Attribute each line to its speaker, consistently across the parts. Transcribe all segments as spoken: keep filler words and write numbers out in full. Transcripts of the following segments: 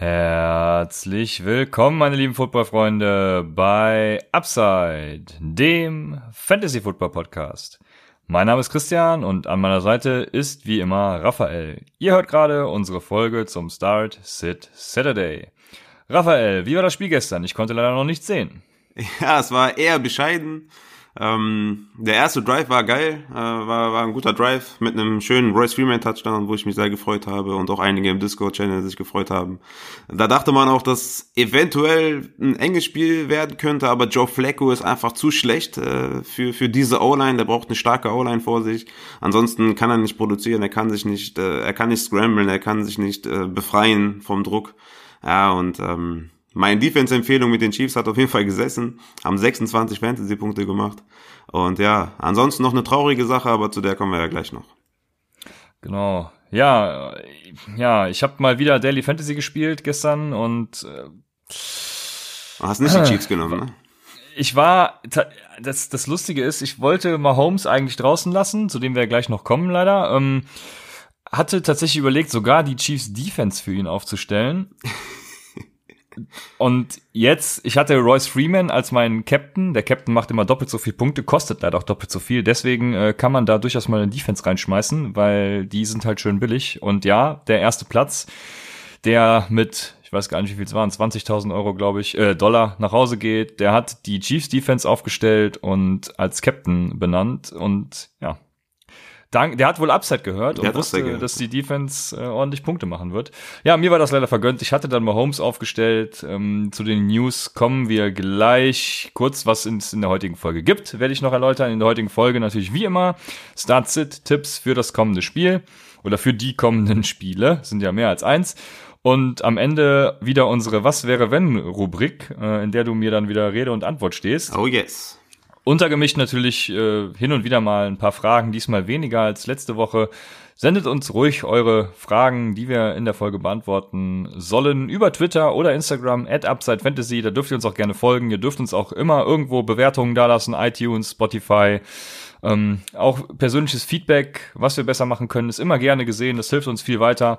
Speaker 1: Herzlich willkommen, meine lieben Football-Freunde, bei Upside, dem Fantasy-Football-Podcast. Mein Name ist Christian und an meiner Seite ist wie immer Raphael. Ihr hört gerade unsere Folge zum Start Sit Saturday. Raphael, wie war das Spiel gestern? Ich konnte leider noch nichts sehen.
Speaker 2: Ja, es war eher bescheiden. Ähm, der erste Drive war geil, äh, war, war ein guter Drive mit einem schönen Royce Freeman Touchdown, wo ich mich sehr gefreut habe und auch einige im Discord-Channel sich gefreut haben. Da dachte man auch, dass eventuell ein enges Spiel werden könnte, aber Joe Flacco ist einfach zu schlecht äh, für für diese O-Line. Der braucht eine starke O-Line vor sich. Ansonsten kann er nicht produzieren, er kann sich nicht, äh, er kann nicht scramblen, er kann sich nicht äh, befreien vom Druck. Ja, und ähm, meine Defense-Empfehlung mit den Chiefs hat auf jeden Fall gesessen, haben sechsundzwanzig Fantasy-Punkte gemacht. Und ja, ansonsten noch eine traurige Sache, aber zu der kommen wir ja gleich noch.
Speaker 1: Genau. Ja, ja, ich habe mal wieder Daily Fantasy gespielt gestern und äh,
Speaker 2: du hast nicht die Chiefs genommen, ne?
Speaker 1: Ich war, das, das Lustige ist, ich wollte Mahomes eigentlich draußen lassen, zu dem wir gleich noch kommen leider. Ähm, hatte tatsächlich überlegt, sogar die Chiefs Defense für ihn aufzustellen. Und jetzt, ich hatte Royce Freeman als meinen Captain. Der Captain macht immer doppelt so viel Punkte, kostet leider auch doppelt so viel. Deswegen äh, kann man da durchaus mal eine Defense reinschmeißen, weil die sind halt schön billig. Und ja, der erste Platz, der mit, ich weiß gar nicht, wie viel es waren, zwanzigtausend Euro, glaube ich, äh, Dollar nach Hause geht, der hat die Chiefs Defense aufgestellt und als Captain benannt. Und ja, Dank, der hat wohl Upside gehört und wusste, dass die Defense äh, ordentlich Punkte machen wird. Ja, mir war das leider vergönnt. Ich hatte dann Mahomes aufgestellt. Ähm, zu den News kommen wir gleich. Kurz, was es in der heutigen Folge gibt, werde ich noch erläutern. In der heutigen Folge natürlich wie immer Start-Sit-Tipps für das kommende Spiel oder für die kommenden Spiele. Sind ja mehr als eins. Und am Ende wieder unsere Was-wäre-wenn-Rubrik, äh, in der du mir dann wieder Rede und Antwort stehst.
Speaker 2: Oh yes.
Speaker 1: Untergemischt natürlich äh, hin und wieder mal ein paar Fragen, diesmal weniger als letzte Woche. Sendet uns ruhig eure Fragen, die wir in der Folge beantworten sollen, über Twitter oder Instagram at UpsideFantasy. Da dürft ihr uns auch gerne folgen. Ihr dürft uns auch immer irgendwo Bewertungen dalassen, iTunes, Spotify. Ähm, auch persönliches Feedback, was wir besser machen können, ist immer gerne gesehen. Das hilft uns viel weiter.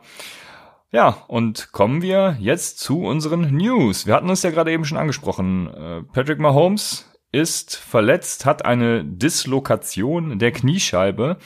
Speaker 1: Ja, und kommen wir jetzt zu unseren News. Wir hatten es ja gerade eben schon angesprochen. Äh, Patrick Mahomes ist verletzt, hat eine Dislokation der Kniescheibe.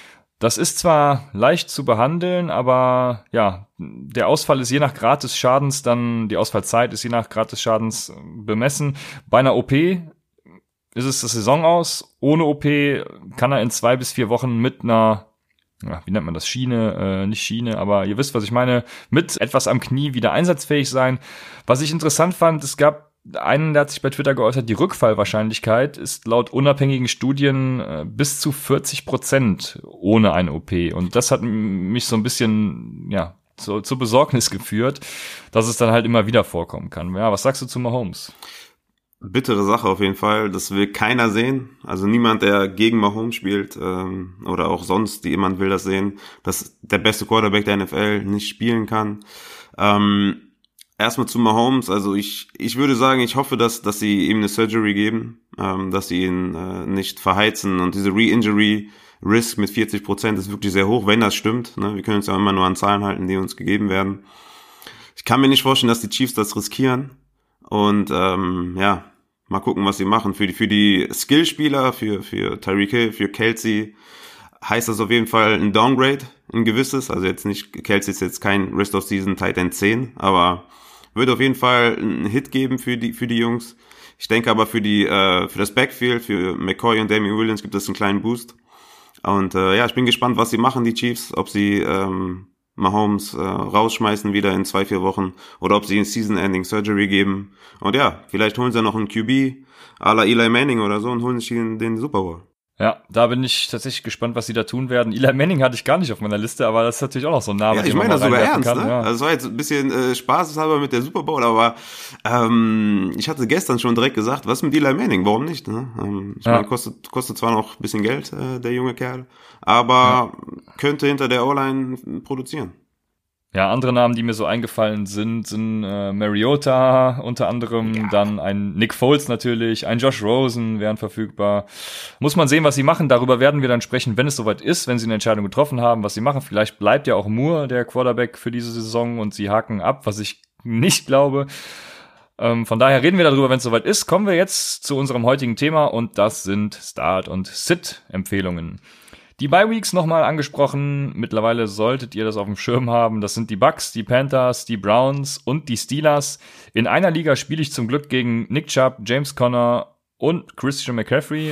Speaker 1: Das ist zwar leicht zu behandeln, aber ja, der Ausfall ist je nach Grad des Schadens dann, die Ausfallzeit ist je nach Grad des Schadens bemessen. Bei einer O P ist es das Saison aus. Ohne O P kann er in zwei bis vier Wochen mit einer, ja, wie nennt man das, Schiene, äh, nicht Schiene, aber ihr wisst, was ich meine, mit etwas am Knie wieder einsatzfähig sein. Was ich interessant fand, es gab einen, der hat sich bei Twitter geäußert, die Rückfallwahrscheinlichkeit ist laut unabhängigen Studien äh, bis zu vierzig Prozent ohne eine O P. Und das hat m- mich so ein bisschen, ja, zu, zur Besorgnis geführt, dass es dann halt immer wieder vorkommen kann. Ja, was sagst du zu Mahomes?
Speaker 2: Bittere Sache auf jeden Fall. Das will keiner sehen. Also niemand, der gegen Mahomes spielt ähm, oder auch sonst, jemand will das sehen, dass der beste Quarterback der N F L nicht spielen kann. Ähm, Erstmal zu Mahomes, also ich ich würde sagen, ich hoffe, dass dass sie ihm eine Surgery geben, ähm, dass sie ihn äh, nicht verheizen und diese Re-Injury-Risk mit vierzig Prozent ist wirklich sehr hoch, wenn das stimmt. Ne? Wir können uns ja immer nur an Zahlen halten, die uns gegeben werden. Ich kann mir nicht vorstellen, dass die Chiefs das riskieren und ähm, ja, mal gucken, was sie machen. Für die für die Skillspieler, für für Tyreek Hill, für Kelsey heißt das auf jeden Fall ein Downgrade, ein gewisses, also jetzt nicht, Kelsey ist jetzt kein Rest of Season Tight End zehn, aber wird auf jeden Fall einen Hit geben für die für die Jungs. Ich denke aber für die äh, für das Backfield, für McCoy und Damien Williams gibt es einen kleinen Boost. Und äh, ja, ich bin gespannt, was sie machen, die Chiefs, ob sie ähm, Mahomes äh, rausschmeißen wieder in zwei, vier Wochen oder ob sie eine Season-Ending Surgery geben. Und ja, vielleicht holen sie noch einen Q B à la Eli Manning oder so und holen sich den, den Super Bowl.
Speaker 1: Ja, da bin ich tatsächlich gespannt, was sie da tun werden. Eli Manning hatte ich gar nicht auf meiner Liste, aber das ist natürlich auch noch so ein Name,
Speaker 2: ja, ich
Speaker 1: den man
Speaker 2: meine das sogar ernst,
Speaker 1: kann.
Speaker 2: Ne?
Speaker 1: Ja.
Speaker 2: Also es war jetzt ein bisschen äh, spaßeshalber mit der Super Bowl, aber ähm, ich hatte gestern schon direkt gesagt, was mit Eli Manning, warum nicht? Ne? Ähm, ich ja. meine, kostet, kostet zwar noch ein bisschen Geld, äh, der junge Kerl, aber ja. könnte hinter der O-Line produzieren.
Speaker 1: Ja, andere Namen, die mir so eingefallen sind, sind äh, Mariota unter anderem, ja. Dann ein Nick Foles natürlich, ein Josh Rosen wären verfügbar. Muss man sehen, was sie machen. Darüber werden wir dann sprechen, wenn es soweit ist, wenn sie eine Entscheidung getroffen haben, was sie machen. Vielleicht bleibt ja auch Moore der Quarterback für diese Saison und sie haken ab, was ich nicht glaube. Ähm, von daher reden wir darüber, wenn es soweit ist. Kommen wir jetzt zu unserem heutigen Thema und das sind Start- und Sit-Empfehlungen. Die Bye-Weeks nochmal angesprochen. Mittlerweile solltet ihr das auf dem Schirm haben. Das sind die Bucks, die Panthers, die Browns und die Steelers. In einer Liga spiele ich zum Glück gegen Nick Chubb, James Conner und Christian McCaffrey.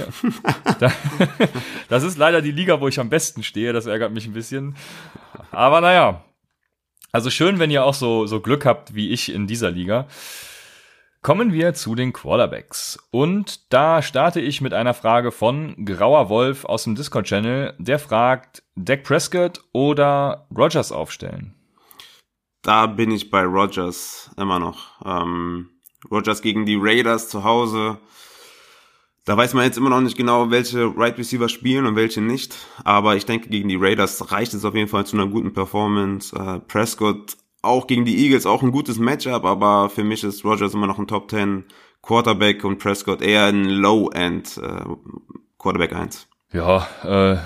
Speaker 1: Das ist leider die Liga, wo ich am besten stehe. Das ärgert mich ein bisschen. Aber naja, also schön, wenn ihr auch so, so Glück habt wie ich in dieser Liga. Kommen wir zu den Quarterbacks. Und da starte ich mit einer Frage von Grauer Wolf aus dem Discord-Channel. Der fragt, Dak Prescott oder Rodgers aufstellen?
Speaker 2: Da bin ich bei Rodgers immer noch. Ähm, Rodgers gegen die Raiders zu Hause. Da weiß man jetzt immer noch nicht genau, welche Right Receiver spielen und welche nicht. Aber ich denke, gegen die Raiders reicht es auf jeden Fall zu einer guten Performance. Äh, Prescott auch gegen die Eagles, auch ein gutes Matchup, aber für mich ist Rodgers immer noch ein Top zehn Quarterback und Prescott eher ein Low-End äh, Quarterback eins.
Speaker 1: Ja, äh,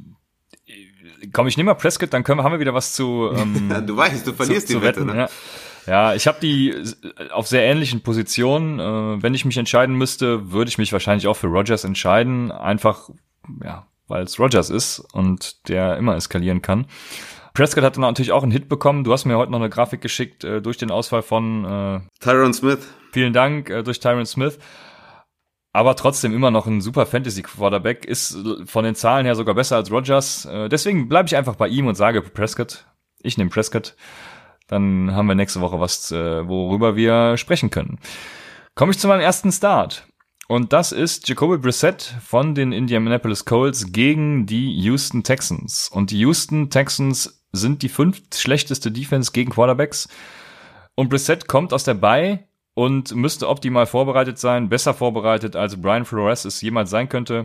Speaker 1: komm, ich nehme mal Prescott, dann können wir, haben wir wieder was zu ähm,
Speaker 2: du weißt, du verlierst zu, die Wette, ne?
Speaker 1: Ja. Ja, ich habe die auf sehr ähnlichen Positionen. Äh, wenn ich mich entscheiden müsste, würde ich mich wahrscheinlich auch für Rodgers entscheiden, einfach ja, weil es Rodgers ist und der immer eskalieren kann. Prescott hat dann natürlich auch einen Hit bekommen. Du hast mir heute noch eine Grafik geschickt äh, durch den Ausfall von äh,
Speaker 2: Tyron Smith.
Speaker 1: Vielen Dank, äh, durch Tyron Smith. Aber trotzdem immer noch ein super Fantasy-Quarterback. Ist von den Zahlen her sogar besser als Rodgers. Äh, deswegen bleibe ich einfach bei ihm und sage Prescott. Ich nehme Prescott. Dann haben wir nächste Woche was, äh, worüber wir sprechen können. Komme ich zu meinem ersten Start. Und das ist Jacoby Brissett von den Indianapolis Colts gegen die Houston Texans. Und die Houston Texans sind die fünft schlechteste Defense gegen Quarterbacks. Und Brissett kommt aus der Bye und müsste optimal vorbereitet sein, besser vorbereitet, als Brian Flores es jemals sein könnte.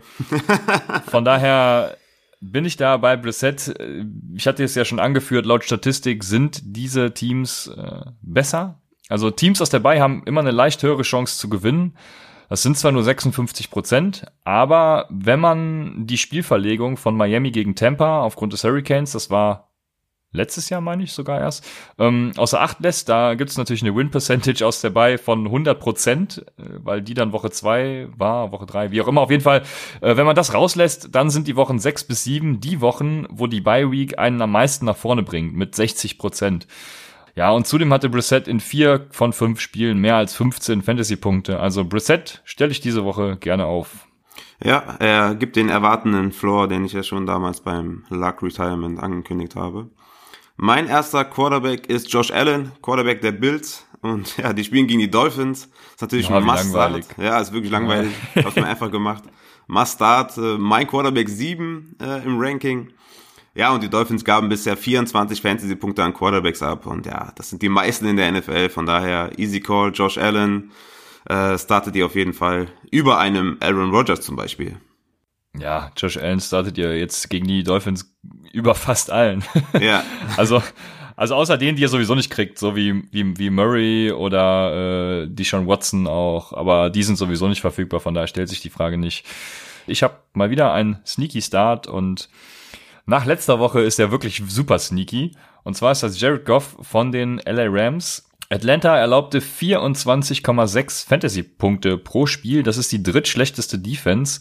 Speaker 1: Von daher bin ich da bei Brissett. Ich hatte es ja schon angeführt, laut Statistik sind diese Teams äh, besser. Also Teams aus der Bye haben immer eine leicht höhere Chance zu gewinnen. Das sind zwar nur sechsundfünfzig Prozent, aber wenn man die Spielverlegung von Miami gegen Tampa aufgrund des Hurricanes, das war letztes Jahr, meine ich sogar erst, ähm, außer Acht lässt, da gibt es natürlich eine Win-Percentage aus der Bye von hundert Prozent, äh, weil die dann Woche zwei war, Woche drei, wie auch immer. Auf jeden Fall, äh, wenn man das rauslässt, dann sind die Wochen sechs bis sieben die Wochen, wo die Bye-Week einen am meisten nach vorne bringt, mit sechzig Prozent. Ja, und zudem hatte Brissett in vier von fünf Spielen mehr als fünfzehn Fantasy-Punkte. Also Brissett stelle ich diese Woche gerne auf.
Speaker 2: Ja, er gibt den erwartenden Floor, den ich ja schon damals beim Luck Retirement angekündigt habe. Mein erster Quarterback ist Josh Allen, Quarterback der Bills. Und ja, die spielen gegen die Dolphins. Ist natürlich
Speaker 1: ja,
Speaker 2: ein Must-Start. Ja, ist wirklich langweilig. Ja. Hab's mir einfach gemacht. Must-Start. Mein Quarterback sieben äh, im Ranking. Ja, und die Dolphins gaben bisher vierundzwanzig Fantasy-Punkte an Quarterbacks ab. Und ja, das sind die meisten in der N F L. Von daher, easy call, Josh Allen äh, startet ihr auf jeden Fall über einem Aaron Rodgers zum Beispiel.
Speaker 1: Ja, Josh Allen startet ihr jetzt gegen die Dolphins über fast allen.
Speaker 2: Ja.
Speaker 1: also, also außer denen, die er sowieso nicht kriegt, so wie, wie, wie Murray oder äh, Deshaun Watson auch. Aber die sind sowieso nicht verfügbar, von daher stellt sich die Frage nicht. Ich habe mal wieder einen Sneaky Start und nach letzter Woche ist er wirklich super sneaky. Und zwar ist das Jared Goff von den L A Rams. Atlanta erlaubte vierundzwanzig Komma sechs Fantasy-Punkte pro Spiel. Das ist die drittschlechteste Defense.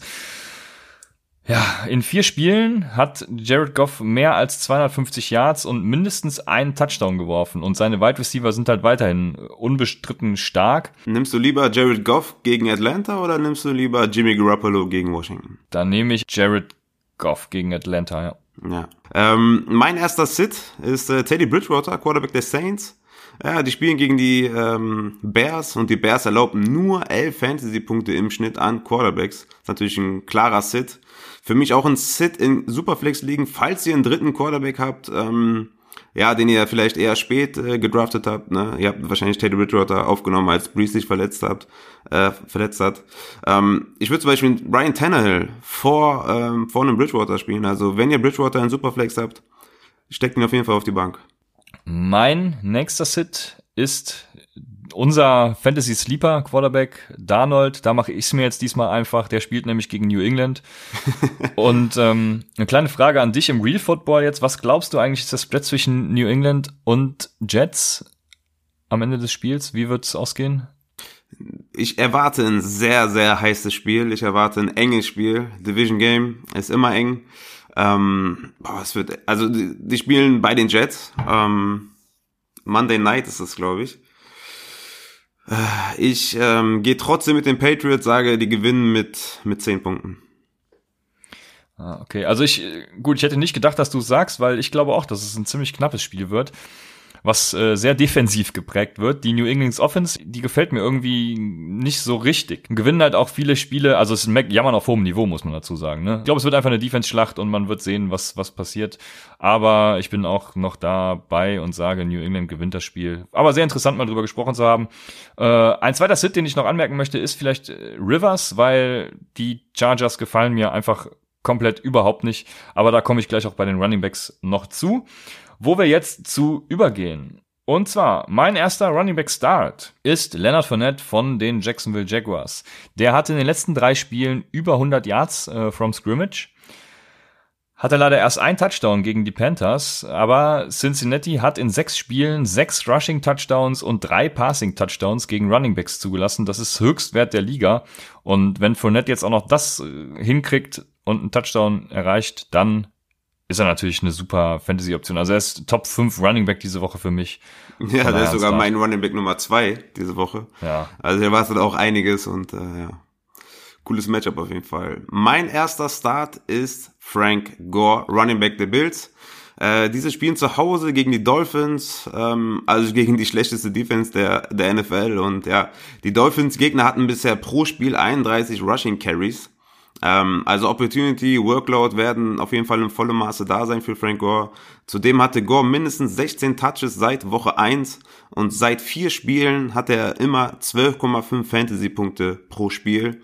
Speaker 1: Ja, in vier Spielen hat Jared Goff mehr als zweihundertfünfzig Yards und mindestens einen Touchdown geworfen. Und seine Wide Receiver sind halt weiterhin unbestritten stark.
Speaker 2: Nimmst du lieber Jared Goff gegen Atlanta oder nimmst du lieber Jimmy Garoppolo gegen Washington?
Speaker 1: Dann nehme ich Jared Goff gegen Atlanta, ja.
Speaker 2: Ja. Ähm, mein erster Sit ist äh, Teddy Bridgewater, Quarterback der Saints. Ja, die spielen gegen die ähm, Bears und die Bears erlauben nur elf Fantasy-Punkte im Schnitt an Quarterbacks. Das ist natürlich ein klarer Sit. Für mich auch ein Sit in Superflex-Ligen, falls ihr einen dritten Quarterback habt, ähm, ja, den ihr vielleicht eher spät äh, gedraftet habt. Ne? Ihr habt wahrscheinlich Teddy Bridgewater aufgenommen, als Brees sich verletzt habt, äh, verletzt hat. Ähm, ich würde zum Beispiel Ryan Tannehill vor ähm, vor einem Bridgewater spielen. Also wenn ihr Bridgewater in Superflex habt, steckt ihn auf jeden Fall auf die Bank.
Speaker 1: Mein nächster Sit ist unser Fantasy-Sleeper-Quarterback Darnold. Da mache ich es mir jetzt diesmal einfach. Der spielt nämlich gegen New England. Und ähm, eine kleine Frage an dich im Real Football jetzt. Was glaubst du eigentlich, ist das Split zwischen New England und Jets? am Ende des Spiels? Wie wird es ausgehen?
Speaker 2: Ich erwarte ein sehr, sehr heißes Spiel. Ich erwarte ein enges Spiel. Division Game ist immer eng. Ähm, boah, es wird, also die, die spielen bei den Jets. Ähm, Monday Night ist es, glaube ich. Äh, ich ähm, gehe trotzdem mit den Patriots, sage, die gewinnen mit mit zehn Punkten.
Speaker 1: Ah, okay, also ich, gut, ich hätte nicht gedacht, dass du es sagst, weil ich glaube auch, dass es ein ziemlich knappes Spiel wird, was äh, sehr defensiv geprägt wird. Die New England's Offense, die gefällt mir irgendwie nicht so richtig. Gewinnen halt auch viele Spiele, also es ist Jammern auf hohem Niveau, muss man dazu sagen. Ne? Ich glaube, es wird einfach eine Defense-Schlacht und man wird sehen, was was passiert. Aber ich bin auch noch dabei und sage, New England gewinnt das Spiel. Aber sehr interessant, mal drüber gesprochen zu haben. Äh, ein zweiter Sit, den ich noch anmerken möchte, ist vielleicht äh, Rivers, weil die Chargers gefallen mir einfach komplett überhaupt nicht. Aber da komme ich gleich auch bei den Running Backs noch zu. Wo wir jetzt zu übergehen. Und zwar, mein erster Running Back Start ist Leonard Fournette von den Jacksonville Jaguars. Der hatte in den letzten drei Spielen über hundert Yards äh, from Scrimmage. Hatte leider erst ein Touchdown gegen die Panthers, aber Cincinnati hat in sechs Spielen sechs Rushing Touchdowns und drei Passing Touchdowns gegen Running Backs zugelassen. Das ist Höchstwert der Liga. Und wenn Fournette jetzt auch noch das äh, hinkriegt und einen Touchdown erreicht, dann ist er natürlich eine super Fantasy-Option. Also er ist Top fünf Running Back diese Woche für mich.
Speaker 2: Ja, der ist sogar Start. Mein Running Back Nummer zwei diese Woche.
Speaker 1: Ja.
Speaker 2: Also er war auch einiges und äh, ja, cooles Matchup auf jeden Fall. Mein erster Start ist Frank Gore, Running Back der Bills. Äh, diese spielen zu Hause gegen die Dolphins, ähm, also gegen die schlechteste Defense der der N F L. Und ja, die Dolphins-Gegner hatten bisher pro Spiel einunddreißig Rushing Carries. Ähm, also Opportunity, Workload werden auf jeden Fall in vollem Maße da sein für Frank Gore. Zudem hatte Gore mindestens sechzehn Touches seit Woche eins und seit vier Spielen hat er immer zwölf Komma fünf Fantasy-Punkte pro Spiel.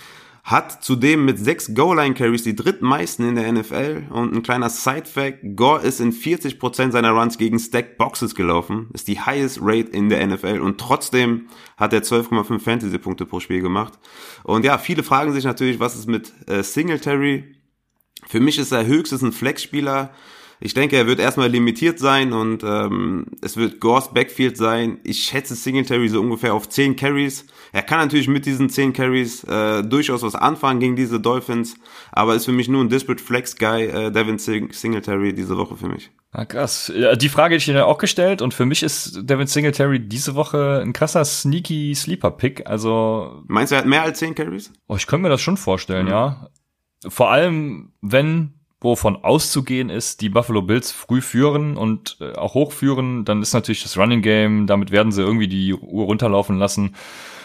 Speaker 2: Hat zudem mit sechs Goal-Line-Carries die drittmeisten in der N F L. Und ein kleiner Side-Fact, Gore ist in vierzig Prozent seiner Runs gegen Stacked Boxes gelaufen. Ist die highest rate in der N F L. Und trotzdem hat er zwölf Komma fünf Fantasy-Punkte pro Spiel gemacht. Und ja, viele fragen sich natürlich, was ist mit äh, Singletary? Für mich ist er höchstens ein Flex-Spieler. Ich denke, er wird erstmal limitiert sein und ähm, es wird Gores Backfield sein. Ich schätze Singletary so ungefähr auf zehn Carries. Er kann natürlich mit diesen zehn Carries äh, durchaus was anfangen gegen diese Dolphins, aber ist für mich nur ein Disparate Flex Guy, äh, Devin Singletary diese Woche für mich.
Speaker 1: Ah, krass. Die Frage hätte ich dir auch gestellt und für mich ist Devin Singletary diese Woche ein krasser sneaky Sleeper Pick. Also
Speaker 2: meinst du, er hat mehr als zehn Carries?
Speaker 1: Oh, ich könnte mir das schon vorstellen, mhm. ja. Vor allem, wenn wovon auszugehen ist, die Buffalo Bills früh führen und äh, auch hochführen, dann ist natürlich das Running Game, damit werden sie irgendwie die Uhr runterlaufen lassen.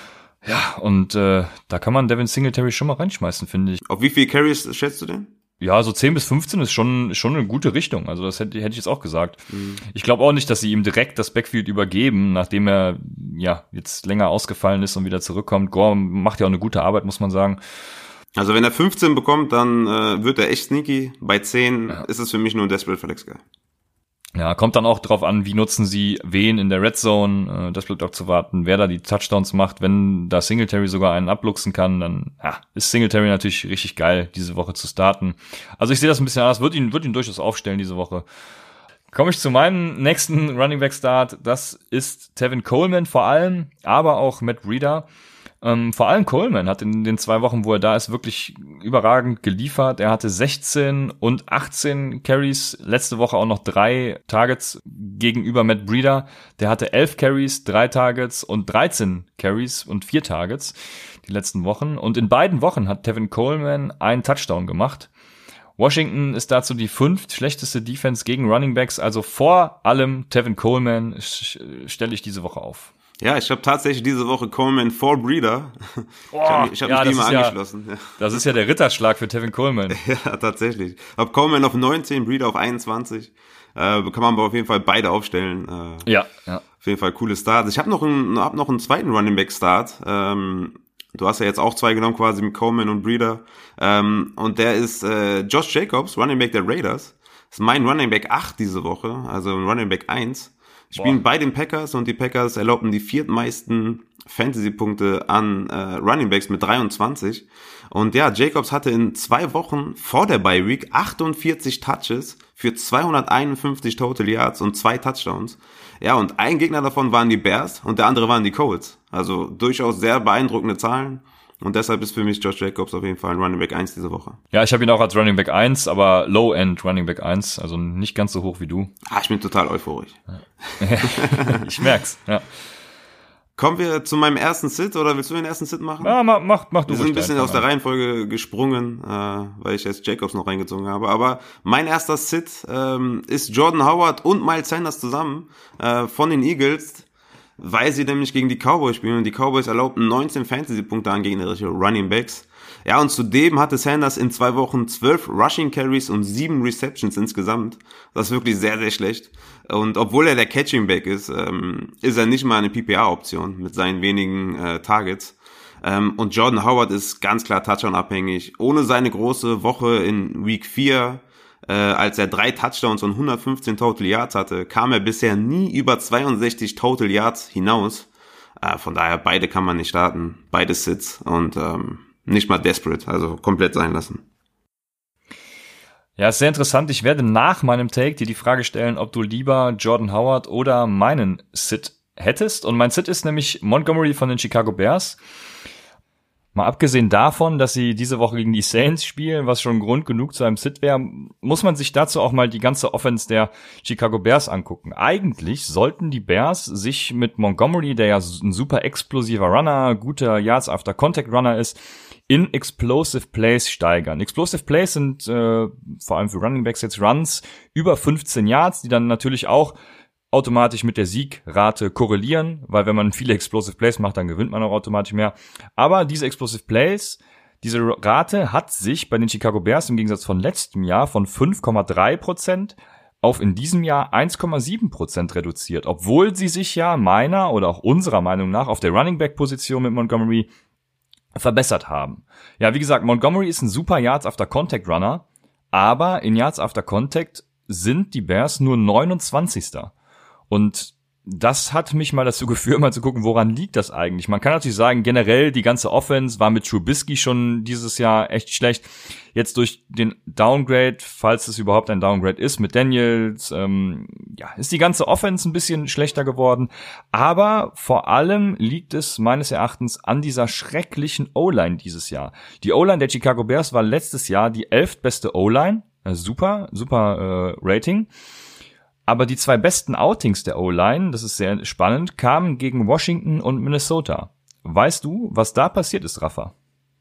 Speaker 1: Ja, und äh, da kann man Devin Singletary schon mal reinschmeißen, finde ich.
Speaker 2: Auf wie viele Carries schätzt du denn?
Speaker 1: Ja, so zehn bis fünfzehn ist schon schon eine gute Richtung. Also das hätte, hätte ich jetzt auch gesagt. Mhm. Ich glaube auch nicht, dass sie ihm direkt das Backfield übergeben, nachdem er ja jetzt länger ausgefallen ist und wieder zurückkommt. Gore macht ja auch eine gute Arbeit, muss man sagen.
Speaker 2: Also wenn er fünfzehn bekommt, dann äh, wird er echt sneaky. Bei zehn ja. ist es für mich nur ein Desperate Flex Guy.
Speaker 1: Ja, kommt dann auch drauf an, wie nutzen sie wen in der Red Zone. Äh, das bleibt auch zu warten, wer da die Touchdowns macht. Wenn da Singletary sogar einen abluchsen kann, dann ja, ist Singletary natürlich richtig geil, diese Woche zu starten. Also ich sehe das ein bisschen anders, wird ihn, wird ihn durchaus aufstellen diese Woche. Komme ich zu meinem nächsten Running Back Start. Das ist Tevin Coleman vor allem, aber auch Matt Breida. Ähm, vor allem Coleman hat in den zwei Wochen, wo er da ist, wirklich überragend geliefert. Er hatte sechzehn und achtzehn Carries, letzte Woche auch noch drei Targets gegenüber Matt Breida. Der hatte elf Carries, drei Targets und dreizehn Carries und vier Targets die letzten Wochen. Und in beiden Wochen hat Tevin Coleman einen Touchdown gemacht. Washington ist dazu die fünft schlechteste Defense gegen Running Backs. Also vor allem Tevin Coleman stelle ich diese Woche auf.
Speaker 2: Ja, ich habe tatsächlich diese Woche Coleman vor Breida.
Speaker 1: Oh,
Speaker 2: ich habe mich, ich hab
Speaker 1: ja,
Speaker 2: mich die mal angeschlossen.
Speaker 1: Ja, das ist ja der Ritterschlag für Tevin Coleman.
Speaker 2: Ja, tatsächlich. Ich habe Coleman auf neunzehn, Breida auf einundzwanzig. Äh, kann man aber auf jeden Fall beide aufstellen. Äh,
Speaker 1: ja, ja.
Speaker 2: Auf jeden Fall coole Start. Ich habe noch einen, hab noch einen zweiten Running Back Start. Ähm, du hast ja jetzt auch zwei genommen quasi mit Coleman und Breida. Ähm, und der ist äh, Josh Jacobs, Running Back der Raiders. Das ist mein Running Back acht diese Woche, also ein Running Back eins. spielen
Speaker 1: Boah.
Speaker 2: bei den Packers und die Packers erlaubten die viertmeisten Fantasy-Punkte an äh, Running Backs mit dreiundzwanzig. Und ja, Jacobs hatte in zwei Wochen vor der Bye Week achtundvierzig Touches für zweihunderteinundfünfzig Total Yards und zwei Touchdowns. Ja, und ein Gegner davon waren die Bears und der andere waren die Colts. Also durchaus sehr beeindruckende Zahlen. Und deshalb ist für mich Josh Jacobs auf jeden Fall ein Running Back eins diese Woche.
Speaker 1: Ja, ich habe ihn auch als Running Back eins, aber Low-End Running Back eins, also nicht ganz so hoch wie du.
Speaker 2: Ah, ich bin total euphorisch.
Speaker 1: Ich merk's, ja.
Speaker 2: Kommen wir zu meinem ersten Sit, oder willst du den ersten Sit machen?
Speaker 1: Ja, mach, mach, mach du.
Speaker 2: Wir sind ein bisschen
Speaker 1: einfach
Speaker 2: aus der
Speaker 1: an.
Speaker 2: Reihenfolge gesprungen, äh, weil ich jetzt Jacobs noch reingezogen habe. Aber mein erster Sit ähm, ist Jordan Howard und Miles Sanders zusammen äh, von den Eagles, weil sie nämlich gegen die Cowboys spielen. Und die Cowboys erlaubten neunzehn Fantasy-Punkte an gegnerische Running Backs. Ja, und zudem hatte Sanders in zwei Wochen zwölf Rushing Carries und sieben Receptions insgesamt. Das ist wirklich sehr, sehr schlecht. Und obwohl er der Catching Back ist, ähm, ist er nicht mal eine P P R-Option mit seinen wenigen äh, Targets. Ähm, und Jordan Howard ist ganz klar Touchdown-abhängig. Ohne seine große Woche in Week vier, äh, als er drei Touchdowns und hundertfünfzehn Total Yards hatte, kam er bisher nie über zweiundsechzig Total Yards hinaus. Äh, von daher, beide kann man nicht starten. Beide Sits und ähm, nicht mal desperate, also komplett sein lassen.
Speaker 1: Ja, ist sehr interessant. Ich werde nach meinem Take dir die Frage stellen, ob du lieber Jordan Howard oder meinen Sit hättest. Und mein Sit ist nämlich Montgomery von den Chicago Bears. Mal abgesehen davon, dass sie diese Woche gegen die Saints spielen, was schon Grund genug zu einem Sit wäre, muss man sich dazu auch mal die ganze Offense der Chicago Bears angucken. Eigentlich sollten die Bears sich mit Montgomery, der ja ein super explosiver Runner, guter Yards-After-Contact-Runner ist, in Explosive Plays steigern. Explosive Plays sind äh, vor allem für Running Backs jetzt Runs über fünfzehn Yards, die dann natürlich auch automatisch mit der Siegrate korrelieren, weil wenn man viele Explosive Plays macht, dann gewinnt man auch automatisch mehr. Aber diese Explosive Plays, diese Rate hat sich bei den Chicago Bears im Gegensatz von letztem Jahr von fünf Komma drei Prozent auf in diesem Jahr eins Komma sieben Prozent reduziert, obwohl sie sich ja meiner oder auch unserer Meinung nach auf der Running Back Position mit Montgomery verbessert haben. Ja, wie gesagt, Montgomery ist ein super Yards After Contact Runner, aber in Yards After Contact sind die Bears nur neunundzwanzigster Und das hat mich mal dazu geführt, mal zu gucken, woran liegt das eigentlich. Man kann natürlich sagen, generell die ganze Offense war mit Trubisky schon dieses Jahr echt schlecht. Jetzt durch den Downgrade, falls es überhaupt ein Downgrade ist, mit Daniels, ähm, ja, ist die ganze Offense ein bisschen schlechter geworden. Aber vor allem liegt es meines Erachtens an dieser schrecklichen O-Line dieses Jahr. Die O-Line der Chicago Bears war letztes Jahr die elftbeste O-Line. Also super, super äh, Rating. Aber die zwei besten Outings der O-Line, das ist sehr spannend, kamen gegen Washington und Minnesota. Weißt du, was da passiert ist, Rafa?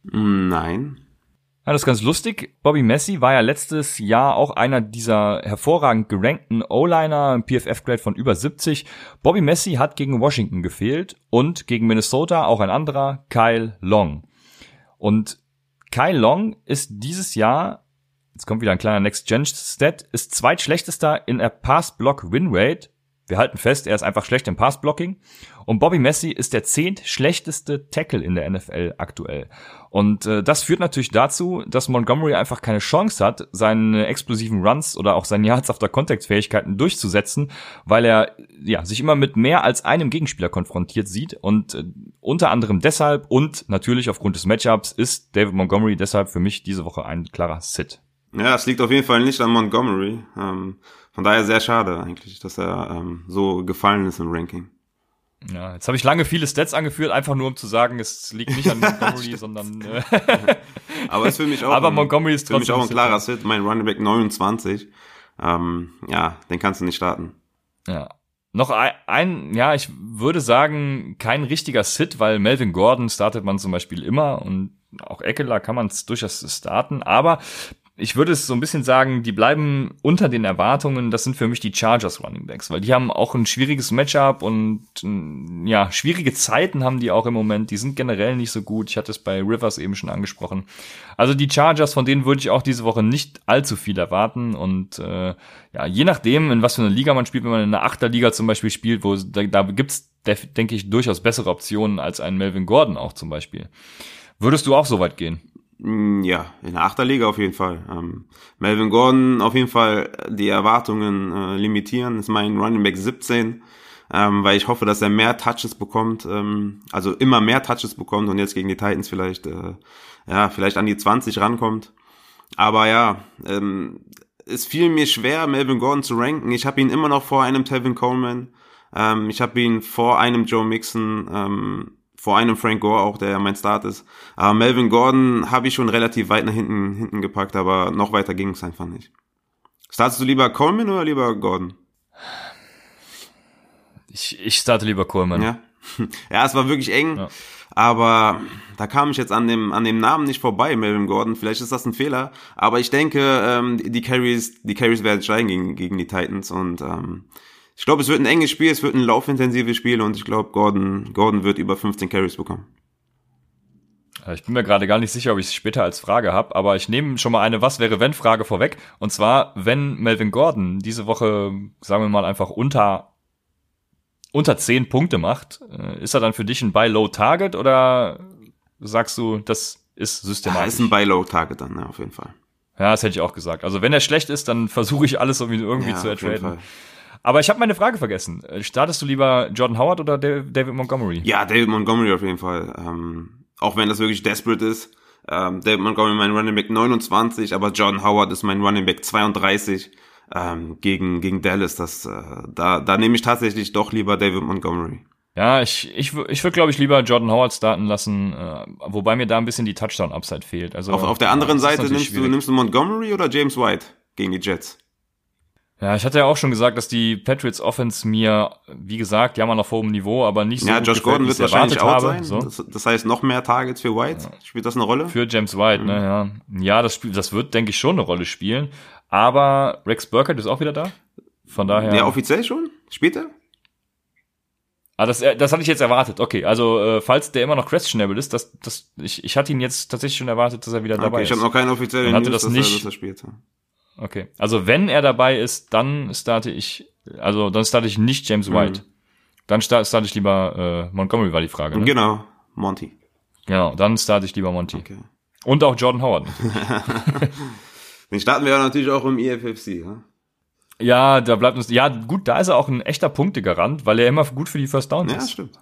Speaker 2: Nein.
Speaker 1: Ja, das ist ganz lustig. Bobby Messi war ja letztes Jahr auch einer dieser hervorragend gerankten O-Liner, ein P F F-Grade von über siebzig. Bobby Messi hat gegen Washington gefehlt und gegen Minnesota auch ein anderer, Kyle Long. Und Kyle Long ist dieses Jahr, jetzt kommt wieder ein kleiner Next-Gen-Stat, ist zweitschlechtester in der Pass-Block-Win-Rate. Wir halten fest, er ist einfach schlecht im Pass-Blocking. Und Bobby Messi ist der zehntschlechteste Tackle in der N F L aktuell. Und äh, das führt natürlich dazu, dass Montgomery einfach keine Chance hat, seine explosiven Runs oder auch seine Yards-After-Contact-Fähigkeiten durchzusetzen, weil er ja sich immer mit mehr als einem Gegenspieler konfrontiert sieht. Und äh, unter anderem deshalb und natürlich aufgrund des Matchups ist David Montgomery deshalb für mich diese Woche ein klarer Sit.
Speaker 2: Ja, es liegt auf jeden Fall nicht an Montgomery. Ähm, von daher sehr schade eigentlich, dass er ähm, so gefallen ist im Ranking.
Speaker 1: Ja, jetzt habe ich lange viele Stats angeführt, einfach nur um zu sagen, es liegt nicht an Montgomery, sondern äh
Speaker 2: aber ist für mich auch
Speaker 1: aber
Speaker 2: ein,
Speaker 1: Montgomery ist
Speaker 2: für mich auch ein
Speaker 1: Sit.
Speaker 2: klarer Sit. Mein Running Back neunundzwanzig. Ähm, ja, den kannst du nicht starten.
Speaker 1: Ja. Noch ein, ein, ja, ich würde sagen, kein richtiger Sit, weil Melvin Gordon startet man zum Beispiel immer und auch Ekeler kann man es durchaus starten, aber ich würde es so ein bisschen sagen, die bleiben unter den Erwartungen. Das sind für mich die Chargers Running Backs, weil die haben auch ein schwieriges Matchup und ja, schwierige Zeiten haben die auch im Moment. Die sind generell nicht so gut. Ich hatte es bei Rivers eben schon angesprochen. Also die Chargers, von denen würde ich auch diese Woche nicht allzu viel erwarten. Und äh, ja, je nachdem, in was für eine Liga man spielt, wenn man in einer Achterliga zum Beispiel spielt, wo da, da gibt's, denke ich, durchaus bessere Optionen als einen Melvin Gordon auch zum Beispiel. Würdest du auch so weit gehen?
Speaker 2: Ja, in der Achterliga auf jeden Fall. Ähm, Melvin Gordon auf jeden Fall die Erwartungen äh, limitieren, ist mein Running Back siebzehn, ähm, weil ich hoffe, dass er mehr Touches bekommt, ähm, also immer mehr Touches bekommt und jetzt gegen die Titans vielleicht, äh, ja, vielleicht an die zwanzig rankommt. Aber ja, ähm, es fiel mir schwer, Melvin Gordon zu ranken. Ich habe ihn immer noch vor einem Tevin Coleman, ähm, ich habe ihn vor einem Joe Mixon, ähm, vor einem Frank Gore auch, der ja mein Start ist. Aber Melvin Gordon habe ich schon relativ weit nach hinten hinten gepackt, aber noch weiter ging es einfach nicht. Startest du lieber Coleman oder lieber Gordon?
Speaker 1: Ich, ich starte lieber Coleman.
Speaker 2: Ja, ja, es war wirklich eng, ja. Aber da kam ich jetzt an dem an dem Namen nicht vorbei, Melvin Gordon. Vielleicht ist das ein Fehler, aber ich denke, ähm, die Carries die Carries werden steigen gegen, gegen die Titans und ähm, ich glaube, es wird ein enges Spiel, es wird ein laufintensives Spiel und ich glaube, Gordon, Gordon wird über fünfzehn Carries bekommen.
Speaker 1: Ich bin mir gerade gar nicht sicher, ob ich es später als Frage habe, aber ich nehme schon mal eine Was-wäre-wenn-Frage vorweg. Und zwar, wenn Melvin Gordon diese Woche, sagen wir mal, einfach unter unter zehn Punkte macht, ist er dann für dich ein Buy-Low-Target oder sagst du, das ist systematisch?
Speaker 2: Ja, ist ein Buy-Low-Target dann, ja, auf jeden Fall.
Speaker 1: Ja, das hätte ich auch gesagt. Also wenn er schlecht ist, dann versuche ich alles irgendwie, irgendwie
Speaker 2: ja,
Speaker 1: zu ertraden. Aber ich habe meine Frage vergessen. Startest du lieber Jordan Howard oder David Montgomery?
Speaker 2: Ja, David Montgomery auf jeden Fall. Ähm, auch wenn das wirklich desperate ist. Ähm, David Montgomery mein Running Back neunundzwanzig, aber Jordan Howard ist mein Running Back zweiunddreißig ähm, gegen gegen Dallas. Das äh, da da nehme ich tatsächlich doch lieber David Montgomery.
Speaker 1: Ja, ich ich ich würde glaube ich lieber Jordan Howard starten lassen, äh, wobei mir da ein bisschen die Touchdown Upside fehlt. Also
Speaker 2: auf auf der anderen
Speaker 1: ja,
Speaker 2: Seite nimmst schwierig. du nimmst du Montgomery oder James White gegen die Jets?
Speaker 1: Ja, ich hatte ja auch schon gesagt, dass die Patriots Offense mir, wie gesagt, jammern auf hohem Niveau, aber nicht so
Speaker 2: ja,
Speaker 1: gut
Speaker 2: Josh
Speaker 1: gefällt,
Speaker 2: Gordon wird wahrscheinlich out sein.
Speaker 1: So.
Speaker 2: Das, das heißt, noch mehr Targets für White. Ja. Spielt das eine Rolle?
Speaker 1: Für James White, mhm. ne, ja. Ja, das Spiel, das wird, denke ich, schon eine Rolle spielen. Aber Rex Burkhead ist auch wieder da. Von daher.
Speaker 2: Ja, offiziell schon? Spielt er?
Speaker 1: Ah, das, das hatte ich jetzt erwartet. Okay, also äh, falls der immer noch questionable ist, das, das, ich, ich hatte ihn jetzt tatsächlich schon erwartet, dass er wieder
Speaker 2: okay,
Speaker 1: dabei
Speaker 2: ich
Speaker 1: ist.
Speaker 2: Ich habe noch keine offizielle
Speaker 1: News,
Speaker 2: das
Speaker 1: dass, nicht,
Speaker 2: er, dass er spielt.
Speaker 1: Okay, also wenn er dabei ist, dann starte ich, also dann starte ich nicht James White. Mhm. Dann starte ich lieber äh, Montgomery, war die Frage. Ne?
Speaker 2: Genau, Monty.
Speaker 1: Genau, dann starte ich lieber Monty.
Speaker 2: Okay.
Speaker 1: Und auch Jordan Howard.
Speaker 2: Den starten wir natürlich auch im E F F C, ja?
Speaker 1: Ja, da bleibt uns, ja gut, da ist er auch ein echter Punktegarant, weil er immer gut für die First Downs ist.
Speaker 2: Ja, stimmt.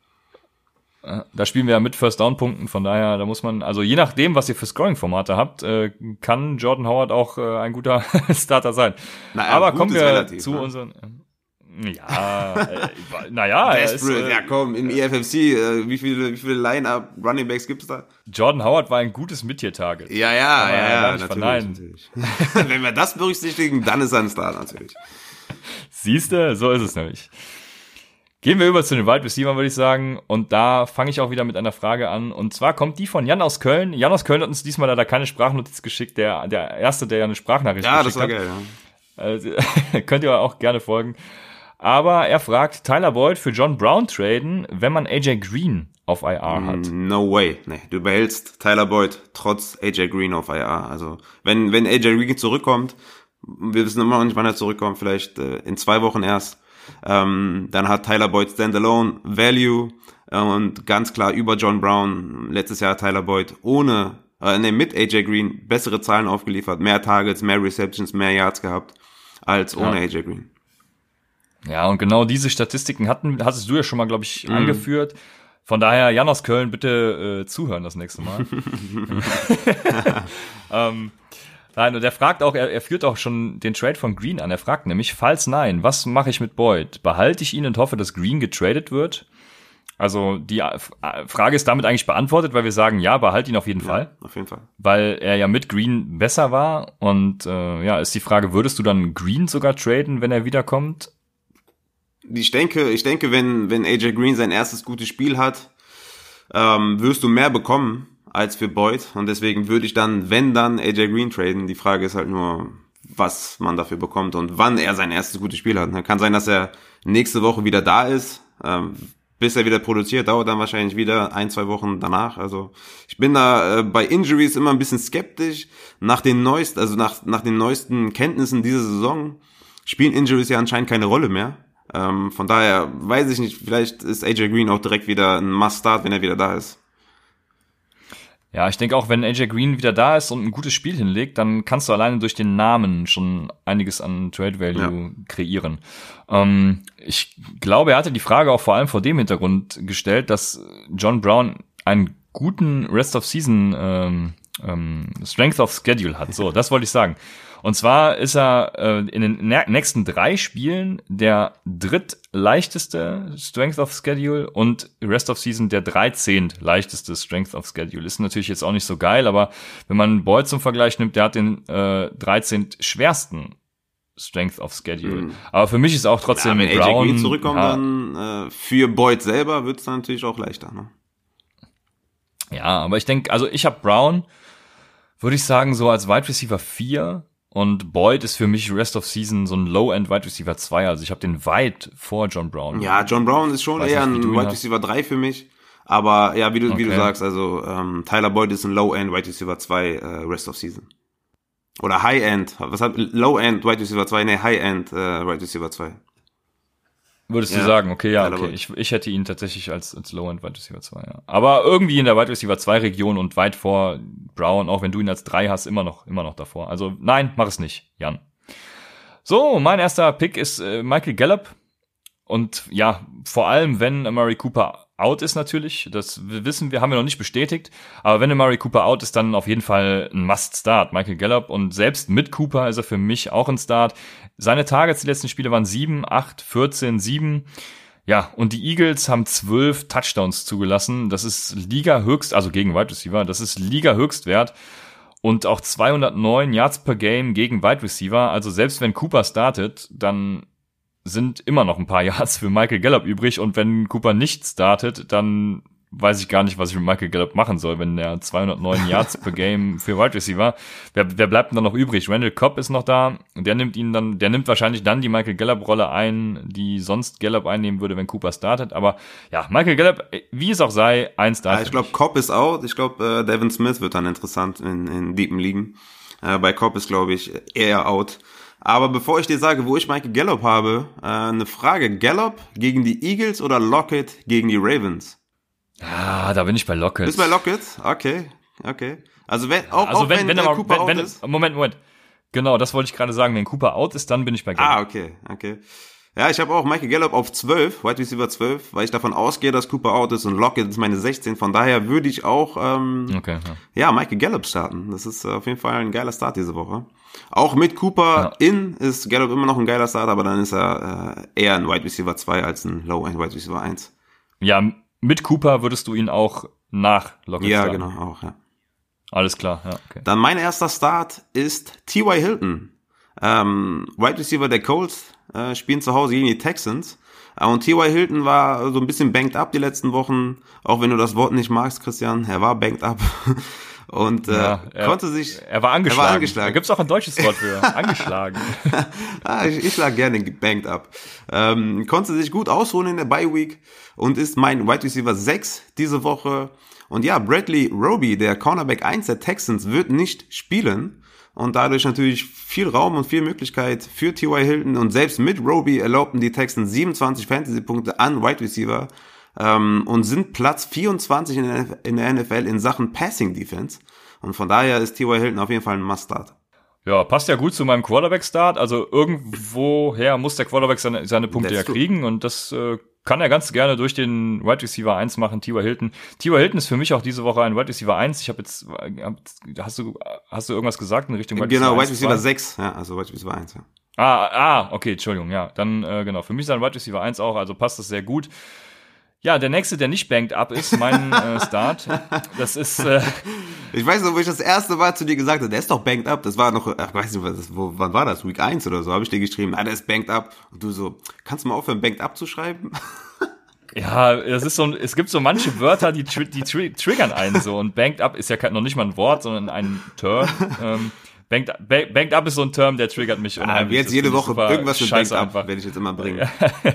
Speaker 1: Da spielen wir ja mit First-Down-Punkten, von daher, da muss man, also je nachdem, was ihr für Scoring-Formate habt, äh, kann Jordan Howard auch äh, ein guter Starter sein.
Speaker 2: Na,
Speaker 1: aber kommen wir
Speaker 2: relativ,
Speaker 1: zu
Speaker 2: ne?
Speaker 1: unseren, äh, ja, äh, naja.
Speaker 2: Desperate, äh, ja komm, im E F F C, äh, wie viele, wie viele Line-Up Running Backs gibt's da?
Speaker 1: Jordan Howard war ein gutes Mid-Tier-Target.
Speaker 2: Ja, ja,
Speaker 1: aber
Speaker 2: ja, ja,
Speaker 1: natürlich,
Speaker 2: natürlich. Wenn wir das berücksichtigen, dann ist er ein Star natürlich.
Speaker 1: Siehste, so ist es nämlich. Gehen wir über zu den Wide Receivers, würde ich sagen. Und da fange ich auch wieder mit einer Frage an. Und zwar kommt die von Jan aus Köln. Jan aus Köln hat uns diesmal leider keine Sprachnotiz geschickt. Der, der Erste, der ja eine Sprachnachricht
Speaker 2: ja,
Speaker 1: geschickt hat. Ja, das
Speaker 2: war geil. Ja.
Speaker 1: Also, könnt ihr auch gerne folgen. Aber er fragt, Tyler Boyd für John Brown traden, wenn man A J Green auf I R hat.
Speaker 2: No way. Nee, du behältst Tyler Boyd trotz A J Green auf I R. Also, wenn, wenn A J Green zurückkommt, wir wissen immer noch nicht, wann er zurückkommt, vielleicht äh, in zwei Wochen erst. Ähm, dann hat Tyler Boyd Standalone Value äh, und ganz klar über John Brown. Letztes Jahr hat Tyler Boyd ohne, äh, nee, mit A J Green bessere Zahlen aufgeliefert, mehr Targets, mehr Receptions, mehr Yards gehabt als ohne ja. A J Green.
Speaker 1: Ja, und genau diese Statistiken hatten, hattest du ja schon mal, glaube ich, mm. angeführt. Von daher, Jan aus Köln, bitte äh, zuhören das nächste Mal. ähm, Nein, und er fragt auch, er, er führt auch schon den Trade von Green an. Er fragt nämlich, falls nein, was mache ich mit Boyd? Behalte ich ihn und hoffe, dass Green getradet wird? Also die Frage ist damit eigentlich beantwortet, weil wir sagen, ja, behalte ihn auf jeden
Speaker 2: ja,
Speaker 1: Fall.
Speaker 2: Auf jeden Fall.
Speaker 1: Weil er ja mit Green besser war. Und äh, ja, ist die Frage, würdest du dann Green sogar traden, wenn er wiederkommt?
Speaker 2: Ich denke, ich denke, wenn wenn A J Green sein erstes gutes Spiel hat, ähm, wirst du mehr bekommen als für Boyd. Und deswegen würde ich dann, wenn dann, A J Green traden. Die Frage ist halt nur, was man dafür bekommt und wann er sein erstes gutes Spiel hat. Kann sein, dass er nächste Woche wieder da ist. Ähm, bis er wieder produziert, dauert dann wahrscheinlich wieder ein, zwei Wochen danach. Also ich bin da äh, bei Injuries immer ein bisschen skeptisch. Nach den neuesten, also nach, nach den neuesten Kenntnissen dieser Saison spielen Injuries ja anscheinend keine Rolle mehr. Ähm, von daher weiß ich nicht, vielleicht ist A J Green auch direkt wieder ein Must-Start, wenn er wieder da ist.
Speaker 1: Ja, ich denke auch, wenn A J Green wieder da ist und ein gutes Spiel hinlegt, dann kannst du alleine durch den Namen schon einiges an Trade Value ja. kreieren. Ähm, ich glaube, er hatte die Frage auch vor allem vor dem Hintergrund gestellt, dass John Brown einen guten Rest of Season ähm, ähm, Strength of Schedule hat. So, das wollte ich sagen. Und zwar ist er äh, in den nächsten drei Spielen der drittleichteste Strength of Schedule und Rest of Season der dreizehnt leichteste Strength of Schedule. Ist natürlich jetzt auch nicht so geil, aber wenn man Boyd zum Vergleich nimmt, der hat den äh, dreizehnt schwersten Strength of Schedule. Mhm. Aber für mich ist auch trotzdem
Speaker 2: ja, wenn
Speaker 1: Brown...
Speaker 2: Wenn A J Green zurückkommt, ja, dann äh, für Boyd selber wird es dann natürlich auch leichter. Ne?
Speaker 1: Ja, aber ich denke, also ich habe Brown, würde ich sagen, so als Wide Receiver vier. Und Boyd ist für mich Rest of Season so ein Low-End Wide Receiver zwei. Also ich habe den weit vor John Brown.
Speaker 2: Ja, John Brown ist schon eher nicht, ein Wide Receiver drei für mich. Aber ja, wie du, okay. wie du sagst, also ähm, Tyler Boyd ist ein Low-End Wide Receiver zwei äh, Rest of Season. Oder High-End. Was hat Low-End Wide Receiver zwei? Nee, High-End äh, Wide Receiver zwei.
Speaker 1: Würdest ja, du sagen, okay, ja, okay. Ich, ich hätte ihn tatsächlich als, als Low-End Wide Receiver zwei, ja. Aber irgendwie in der Wide Receiver zwei Region und weit vor Brown, auch wenn du ihn als drei hast, immer noch, immer noch davor. Also nein, mach es nicht, Jan. So, mein erster Pick ist äh, Michael Gallup. Und ja, vor allem, wenn Amari Cooper out ist natürlich, das wissen wir, haben wir noch nicht bestätigt, aber wenn Amari Cooper out ist, dann auf jeden Fall ein Must-Start, Michael Gallup, und selbst mit Cooper ist er für mich auch ein Start. Seine Targets, die letzten Spiele waren sieben, acht, vierzehn, sieben. Ja, und die Eagles haben zwölf Touchdowns zugelassen, das ist Liga-Höchst, also gegen Wide Receiver, das ist Liga-Höchstwert. Und auch zweihundertneun Yards per Game gegen Wide Receiver, also selbst wenn Cooper startet, dann sind immer noch ein paar Yards für Michael Gallup übrig, und wenn Cooper nicht startet, dann weiß ich gar nicht, was ich mit Michael Gallup machen soll, wenn der zweihundertneun Yards per Game für Wide Receiver, wer, wer bleibt denn dann noch übrig? Randall Cobb ist noch da, der nimmt ihn dann, der nimmt wahrscheinlich dann die Michael Gallup Rolle ein, die sonst Gallup einnehmen würde, wenn Cooper startet, aber ja, Michael Gallup, wie es auch sei, ein Start.
Speaker 2: Ja, ich glaube, Cobb ist out, ich glaube, äh, Devin Smith wird dann interessant in, in deepen Ligen. Äh, bei Cobb ist, glaube ich, eher out. Aber bevor ich dir sage, wo ich Michael Gallup habe, äh, eine Frage. Gallup gegen die Eagles oder Lockett gegen die Ravens?
Speaker 1: Ah, da bin ich bei Lockett.
Speaker 2: Bist du bei Lockett? Okay, okay. Also wenn, auch,
Speaker 1: also
Speaker 2: auch
Speaker 1: wenn,
Speaker 2: wenn,
Speaker 1: wenn,
Speaker 2: wenn
Speaker 1: aber,
Speaker 2: Cooper
Speaker 1: wenn,
Speaker 2: out
Speaker 1: wenn,
Speaker 2: ist?
Speaker 1: Moment, Moment. Genau, das wollte ich gerade sagen. Wenn Cooper out ist, dann bin ich bei Gallup.
Speaker 2: Ah, okay, okay. Ja, ich habe auch Michael Gallup auf zwölf, Wide Receiver zwölf, weil ich davon ausgehe, dass Cooper out ist, und Lockett ist meine sechzehn. Von daher würde ich auch ähm,
Speaker 1: okay, ja.
Speaker 2: ja, Michael Gallup starten. Das ist auf jeden Fall ein geiler Start diese Woche. Auch mit Cooper ja. in ist Gallup immer noch ein geiler Start, aber dann ist er äh, eher ein Wide Receiver zwei als ein Low-End Wide Receiver eins.
Speaker 1: Ja, mit Cooper würdest du ihn auch nach Lockett
Speaker 2: Ja,
Speaker 1: starten.
Speaker 2: genau, auch, ja.
Speaker 1: Alles klar, ja, okay.
Speaker 2: Dann mein erster Start ist T Y. Hilton. Ähm, Wide Receiver der Colts äh, spielen zu Hause gegen die Texans. Äh, und T Y. Hilton war so ein bisschen banked up die letzten Wochen. Auch wenn du das Wort nicht magst, Christian. Er war banked up. Und äh, ja, er, konnte sich...
Speaker 1: Er war angeschlagen.
Speaker 2: Er war angeschlagen.
Speaker 1: Da gibt's auch ein deutsches Wort für. Angeschlagen.
Speaker 2: ah, ich, ich lag gerne banked up. Ähm, konnte sich gut ausholen in der Bye Week und ist mein Wide Receiver sechs diese Woche. Und ja, Bradley Roby, der Cornerback eins der Texans, wird nicht spielen. Und dadurch natürlich viel Raum und viel Möglichkeit für T Y. Hilton. Und selbst mit Roby erlaubten die Texans siebenundzwanzig Fantasy-Punkte an Wide Receiver. Ähm, und sind Platz vierundzwanzig in der, in der N F L in Sachen Passing Defense. Und von daher ist T Y. Hilton auf jeden Fall ein Must-Start.
Speaker 1: Ja, passt ja gut zu meinem Quarterback-Start. Also irgendwoher muss der Quarterback seine, seine Punkte ja kriegen. Und das äh, kann er ganz gerne durch den Wide Receiver eins machen, T Y. Hilton. T Y. Hilton ist für mich auch diese Woche ein Wide Receiver eins. Ich habe jetzt, hast du hast du irgendwas gesagt in Richtung
Speaker 2: Wide Receiver? Genau, Wide Receiver sechs. Ja, also Wide Receiver eins, ja.
Speaker 1: Ah, ah, okay, Entschuldigung, ja. Dann, äh, genau, für mich ist ein Wide Receiver eins auch, also passt das sehr gut. Ja, der nächste, der nicht banked up ist, mein äh, Start, das ist... Äh,
Speaker 2: ich weiß noch, wo ich das erste Mal zu dir gesagt habe, der ist doch banked up, das war noch, ich weiß nicht, was, wo, wann war das, Week eins oder so, habe ich dir geschrieben, ah, der ist banked up, und du so, kannst du mal aufhören, banked up zu schreiben?
Speaker 1: Ja, es ist so, es gibt so manche Wörter, die, tri- die tri- triggern einen so, und banked up ist ja noch nicht mal ein Wort, sondern ein Term. ähm, banked, ba- banked up ist so ein Term, der triggert mich unheimlich.
Speaker 2: Ah, jetzt jede Woche irgendwas mit banked up, werde ich jetzt immer bringen.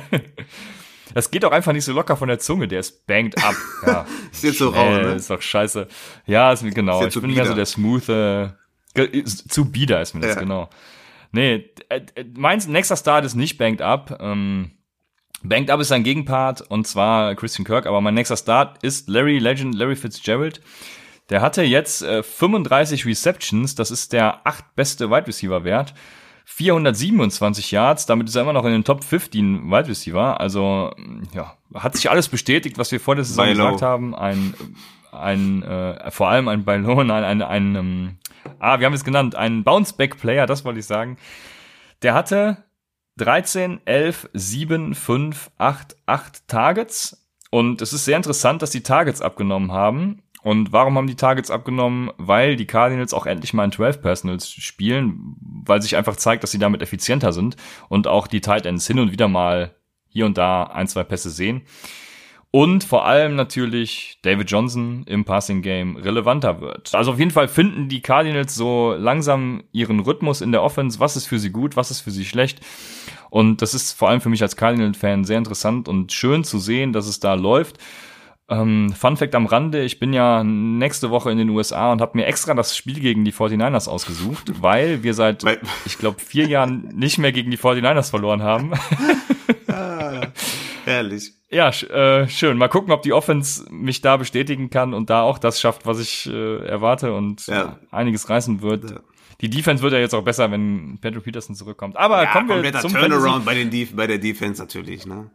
Speaker 1: Das geht auch einfach nicht so locker von der Zunge, der ist banked up. Ja,
Speaker 2: ist jetzt so rau, ne?
Speaker 1: Ist doch scheiße. Ja, ist, genau. Ist ich bin bieder. Mehr so der smooth, äh, zu bieder ist mir das, ja. Genau. Nee, äh, mein nächster Start ist nicht banked up. Ähm, banked up ist sein Gegenpart, und zwar Christian Kirk, aber mein nächster Start ist Larry Legend, Larry Fitzgerald. Der hatte jetzt äh, fünfunddreißig Receptions, das ist der achtbeste Wide Receiver Wert. vierhundertsiebenundzwanzig Yards, damit ist er immer noch in den Top fünfzehn Wide Receiver. Also, ja, hat sich alles bestätigt, was wir vor der Saison
Speaker 2: Bailo.
Speaker 1: gesagt haben. Ein, ein, äh, vor allem ein Bailo, ein, ein, ein, ähm, ah, wir haben es genannt, ein Bounce-Back-Player, das wollte ich sagen. Der hatte dreizehn, elf, sieben, fünf, acht, acht Targets. Und es ist sehr interessant, dass die Targets abgenommen haben. Und warum haben die Targets abgenommen? Weil die Cardinals auch endlich mal in zwölf Personals spielen, weil sich einfach zeigt, dass sie damit effizienter sind und auch die Tight Ends hin und wieder mal hier und da ein, zwei Pässe sehen. Und vor allem natürlich David Johnson im Passing Game relevanter wird. Also auf jeden Fall finden die Cardinals so langsam ihren Rhythmus in der Offense. Was ist für sie gut, was ist für sie schlecht? Und das ist vor allem für mich als Cardinals-Fan sehr interessant und schön zu sehen, dass es da läuft. Ähm, Fun Fact am Rande, ich bin ja nächste Woche in den U S A und habe mir extra das Spiel gegen die forty-niners ausgesucht, weil wir seit, weil ich glaube, vier Jahren nicht mehr gegen die forty-niners verloren haben.
Speaker 2: Ah, herrlich.
Speaker 1: Ja, äh, schön. Mal gucken, ob die Offense mich da bestätigen kann und da auch das schafft, was ich äh, erwarte und ja. einiges reißen wird. Ja. Die Defense wird ja jetzt auch besser, wenn Patrick Peterson zurückkommt. Aber
Speaker 2: ja,
Speaker 1: kommen wir zum
Speaker 2: Turnaround bei, den Def- bei der Defense natürlich, ne?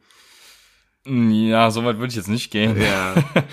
Speaker 1: Ja, so weit würde ich jetzt nicht gehen.
Speaker 2: Ja.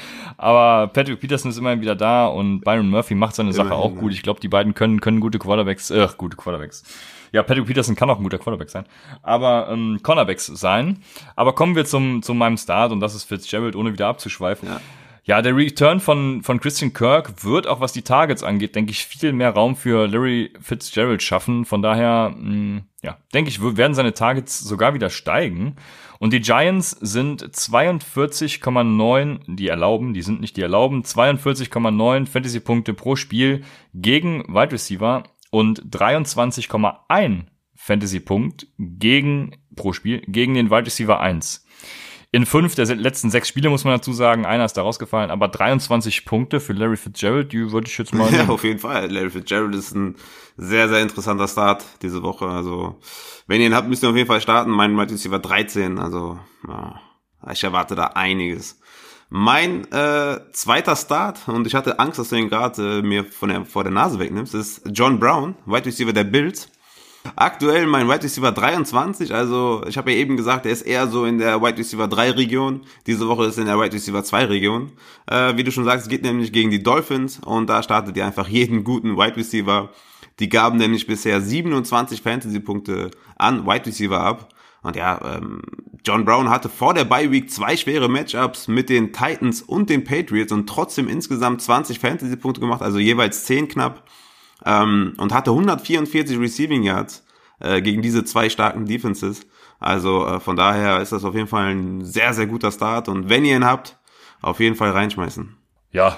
Speaker 1: Aber Patrick Peterson ist immerhin wieder da und Byron Murphy macht seine Sache immerhin, auch gut. Ich glaube, die beiden können können gute Quarterbacks, äh, gute Quarterbacks. Ja, Patrick Peterson kann auch ein guter Quarterback sein, aber ähm, Cornerbacks sein. Aber kommen wir zum zu meinem Start und das ist Fitzgerald, ohne wieder abzuschweifen.
Speaker 2: Ja.
Speaker 1: Ja, der Return von von Christian Kirk wird auch, was die Targets angeht, denke ich, viel mehr Raum für Larry Fitzgerald schaffen. Von daher, mh, ja, denke ich, werden seine Targets sogar wieder steigen. Und die Giants sind zweiundvierzig Komma neun, die erlauben, die sind nicht die erlauben, zweiundvierzig Komma neun Fantasy-Punkte pro Spiel gegen Wide Receiver und dreiundzwanzig Komma eins Fantasy-Punkt gegen pro Spiel gegen den Wide Receiver eins. In fünf der letzten sechs Spiele, muss man dazu sagen, einer ist da rausgefallen, aber dreiundzwanzig Punkte für Larry Fitzgerald, die würde ich jetzt mal nehmen.
Speaker 2: Ja, auf jeden Fall. Larry Fitzgerald ist ein sehr, sehr interessanter Start diese Woche. Also, wenn ihr ihn habt, müsst ihr auf jeden Fall starten. Mein Wide Receiver dreizehn, also ja, ich erwarte da einiges. Mein äh, zweiter Start, und ich hatte Angst, dass du ihn gerade äh, mir von der, vor der Nase wegnimmst, ist John Brown, Wide Receiver der Bills. Aktuell mein Wide Receiver dreiundzwanzig, also ich habe ja eben gesagt, er ist eher so in der Wide Receiver drei Region. Diese Woche ist er in der Wide Receiver zwei Region. Äh, wie du schon sagst, es geht nämlich gegen die Dolphins und da startet ihr einfach jeden guten Wide Receiver. Die gaben nämlich bisher siebenundzwanzig Fantasy-Punkte an Wide Receiver ab. Und ja, ähm, John Brown hatte vor der Bye Week zwei schwere Matchups mit den Titans und den Patriots und trotzdem insgesamt zwanzig Fantasy-Punkte gemacht, also jeweils zehn knapp. Ähm, und hatte hundertvierundvierzig Receiving Yards äh, gegen diese zwei starken Defenses. Also äh, von daher ist das auf jeden Fall ein sehr, sehr guter Start. Und wenn ihr ihn habt, auf jeden Fall reinschmeißen.
Speaker 1: Ja,